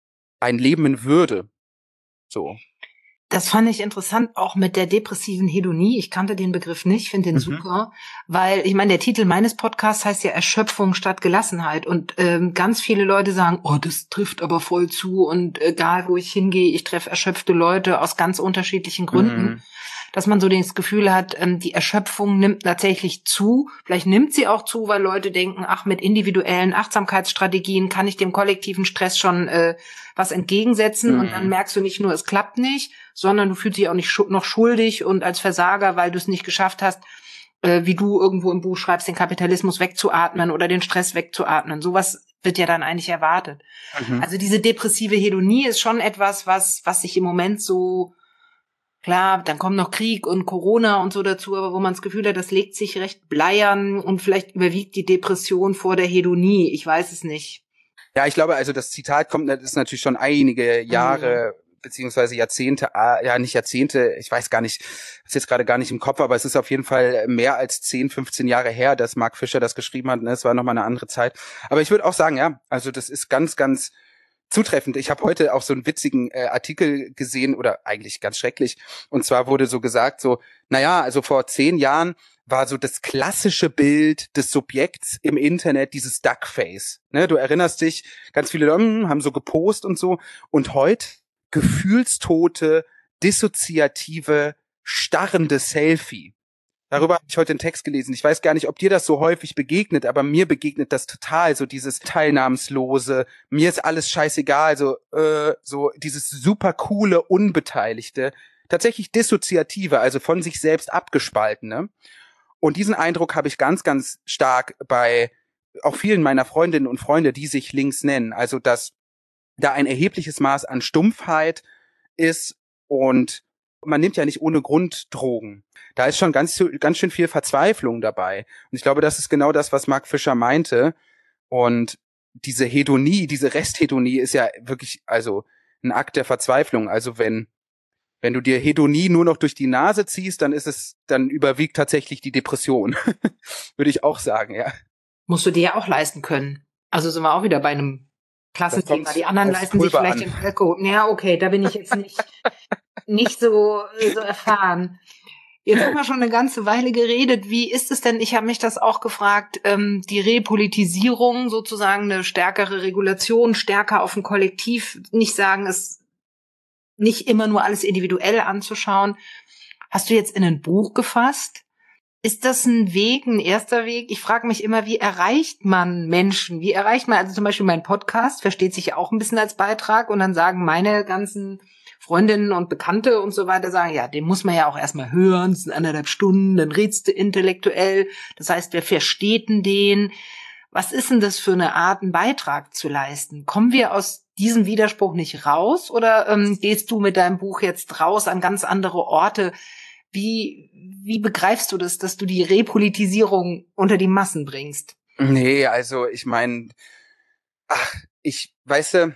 ein Leben in Würde. So. Das fand ich interessant, auch mit der depressiven Hedonie. Ich kannte den Begriff nicht, finde den super, weil ich meine, der Titel meines Podcasts heißt ja Erschöpfung statt Gelassenheit, und ganz viele Leute sagen, oh, das trifft aber voll zu, und egal wo ich hingehe, ich treffe erschöpfte Leute aus ganz unterschiedlichen Gründen, dass man so das Gefühl hat, die Erschöpfung nimmt tatsächlich zu. Vielleicht nimmt sie auch zu, weil Leute denken, ach, mit individuellen Achtsamkeitsstrategien kann ich dem kollektiven Stress schon was entgegensetzen, und dann merkst du nicht nur, es klappt nicht, sondern du fühlst dich auch nicht noch schuldig und als Versager, weil du es nicht geschafft hast, wie du irgendwo im Buch schreibst, den Kapitalismus wegzuatmen oder den Stress wegzuatmen. Sowas wird ja dann eigentlich erwartet. Also diese depressive Hedonie ist schon etwas, was sich im Moment so, klar, dann kommt noch Krieg und Corona und so dazu, aber wo man das Gefühl hat, das legt sich recht bleiern, und vielleicht überwiegt die Depression vor der Hedonie. Ich weiß es nicht. Ja, ich glaube, also das Zitat das ist natürlich schon einige Jahre beziehungsweise Jahrzehnte, ja nicht Jahrzehnte, ich weiß gar nicht, ist jetzt gerade gar nicht im Kopf, aber es ist auf jeden Fall mehr als 10, 15 Jahre her, dass Mark Fisher das geschrieben hat, ne? Es war nochmal eine andere Zeit. Aber ich würde auch sagen, ja, also das ist ganz, ganz zutreffend. Ich habe heute auch so einen witzigen Artikel gesehen, oder eigentlich ganz schrecklich, und zwar wurde so gesagt, so, naja, also vor 10 Jahren war so das klassische Bild des Subjekts im Internet dieses Duckface. Ne, du erinnerst dich, ganz viele Leute haben so gepostet und so. Und heute gefühlstote, dissoziative, starrende Selfie. Darüber habe ich heute einen Text gelesen. Ich weiß gar nicht, ob dir das so häufig begegnet, aber mir begegnet das total, so dieses Teilnahmslose, mir ist alles scheißegal, so dieses super coole, unbeteiligte, tatsächlich dissoziative, also von sich selbst abgespaltene. Und diesen Eindruck habe ich ganz, ganz stark bei auch vielen meiner Freundinnen und Freunde, die sich links nennen. Also, dass da ein erhebliches Maß an Stumpfheit ist, und man nimmt ja nicht ohne Grund Drogen. Da ist schon ganz schön viel Verzweiflung dabei. Und ich glaube, das ist genau das, was Mark Fisher meinte. Und diese Hedonie, diese Resthedonie ist ja wirklich, also ein Akt der Verzweiflung. Also wenn du dir Hedonie nur noch durch die Nase ziehst, dann überwiegt tatsächlich die Depression. Würde ich auch sagen, ja. Musst du dir ja auch leisten können. Also sind wir auch wieder bei einem Klassenthema. Die anderen leisten sich vielleicht den Alkohol. Ja, okay, da bin ich jetzt nicht so erfahren. Jetzt haben wir schon eine ganze Weile geredet. Wie ist es denn, ich habe mich das auch gefragt, die Repolitisierung, sozusagen eine stärkere Regulation, stärker auf ein Kollektiv, nicht sagen, es nicht immer nur alles individuell anzuschauen. Hast du jetzt in ein Buch gefasst? Ist das ein Weg, ein erster Weg? Ich frage mich immer, wie erreicht man Menschen? Wie erreicht man, also zum Beispiel mein Podcast versteht sich ja auch ein bisschen als Beitrag und dann sagen meine ganzen Freundinnen und Bekannte und so weiter, sagen, ja, den muss man ja auch erstmal hören, das sind 1,5 Stunden, dann redst du intellektuell. Das heißt, wer versteht denn den? Was ist denn das für eine Art, einen Beitrag zu leisten? Kommen wir aus diesem Widerspruch nicht raus oder gehst du mit deinem Buch jetzt raus an ganz andere Orte? Wie begreifst du das, dass du die Repolitisierung unter die Massen bringst? Nee, also ich meine, weißt du,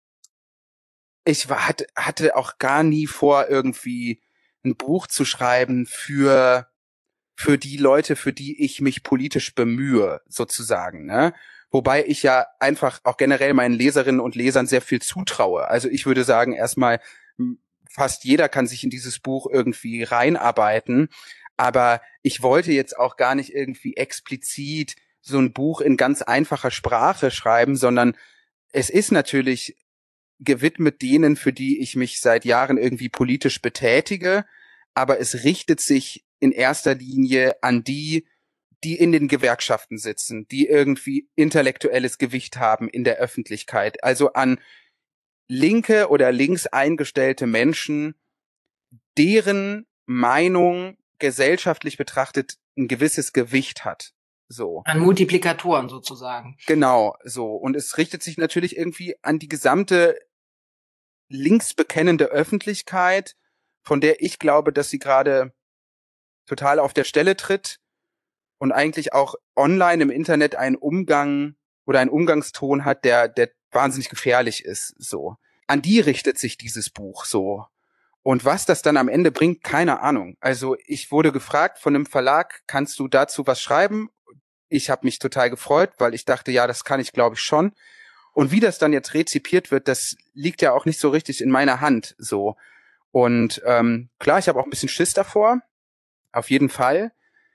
hatte auch gar nie vor, irgendwie ein Buch zu schreiben für die Leute, für die ich mich politisch bemühe, sozusagen, ne? Wobei ich ja einfach auch generell meinen Leserinnen und Lesern sehr viel zutraue. Also ich würde sagen, erstmal, fast jeder kann sich in dieses Buch irgendwie reinarbeiten. Aber ich wollte jetzt auch gar nicht irgendwie explizit so ein Buch in ganz einfacher Sprache schreiben, sondern es ist natürlich gewidmet denen, für die ich mich seit Jahren irgendwie politisch betätige. Aber es richtet sich in erster Linie an die in den Gewerkschaften sitzen, die irgendwie intellektuelles Gewicht haben in der Öffentlichkeit. Also an linke oder links eingestellte Menschen, deren Meinung gesellschaftlich betrachtet ein gewisses Gewicht hat. So. An Multiplikatoren sozusagen. Genau, so. Und es richtet sich natürlich irgendwie an die gesamte linksbekennende Öffentlichkeit, von der ich glaube, dass sie gerade total auf der Stelle tritt und eigentlich auch online im Internet einen Umgang oder einen Umgangston hat, der wahnsinnig gefährlich ist, so. An die richtet sich dieses Buch, so. Und was das dann am Ende bringt, keine Ahnung. Also ich wurde gefragt von einem Verlag, kannst du dazu was schreiben? Ich habe mich total gefreut, weil ich dachte, ja, das kann ich, glaube ich, schon. Und wie das dann jetzt rezipiert wird, das liegt ja auch nicht so richtig in meiner Hand, so. Und klar, ich habe auch ein bisschen Schiss davor, auf jeden Fall.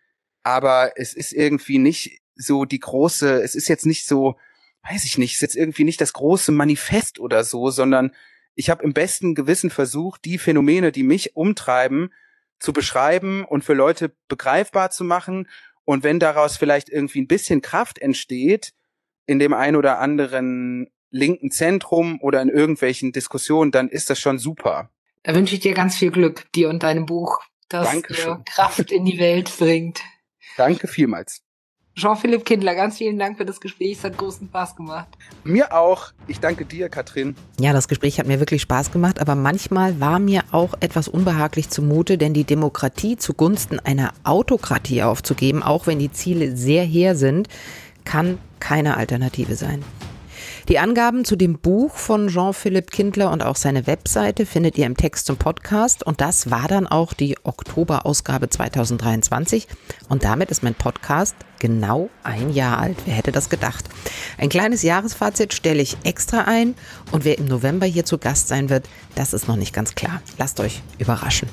Aber es ist irgendwie nicht so es ist jetzt nicht so, weiß ich nicht, es ist jetzt irgendwie nicht das große Manifest oder so, sondern ich habe im besten Gewissen versucht, die Phänomene, die mich umtreiben, zu beschreiben und für Leute begreifbar zu machen. Und wenn daraus vielleicht irgendwie ein bisschen Kraft entsteht, in dem ein oder anderen linken Zentrum oder in irgendwelchen Diskussionen, dann ist das schon super. Da wünsche ich dir ganz viel Glück, dir und deinem Buch, das dir Kraft in die Welt bringt. Danke vielmals. Jean-Philipp Kindler, ganz vielen Dank für das Gespräch. Es hat großen Spaß gemacht. Mir auch. Ich danke dir, Katrin. Ja, das Gespräch hat mir wirklich Spaß gemacht, aber manchmal war mir auch etwas unbehaglich zumute, denn die Demokratie zugunsten einer Autokratie aufzugeben, auch wenn die Ziele sehr hehr sind, kann keine Alternative sein. Die Angaben zu dem Buch von Jean-Philipp Kindler und auch seine Webseite findet ihr im Text zum Podcast. Und das war dann auch die Oktoberausgabe 2023. Und damit ist mein Podcast genau 1 Jahr alt. Wer hätte das gedacht? Ein kleines Jahresfazit stelle ich extra ein. Und wer im November hier zu Gast sein wird, das ist noch nicht ganz klar. Lasst euch überraschen.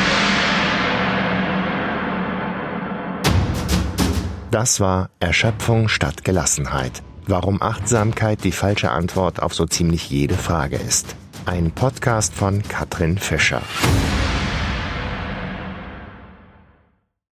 Das war Erschöpfung statt Gelassenheit. Warum Achtsamkeit die falsche Antwort auf so ziemlich jede Frage ist. Ein Podcast von Katrin Fischer.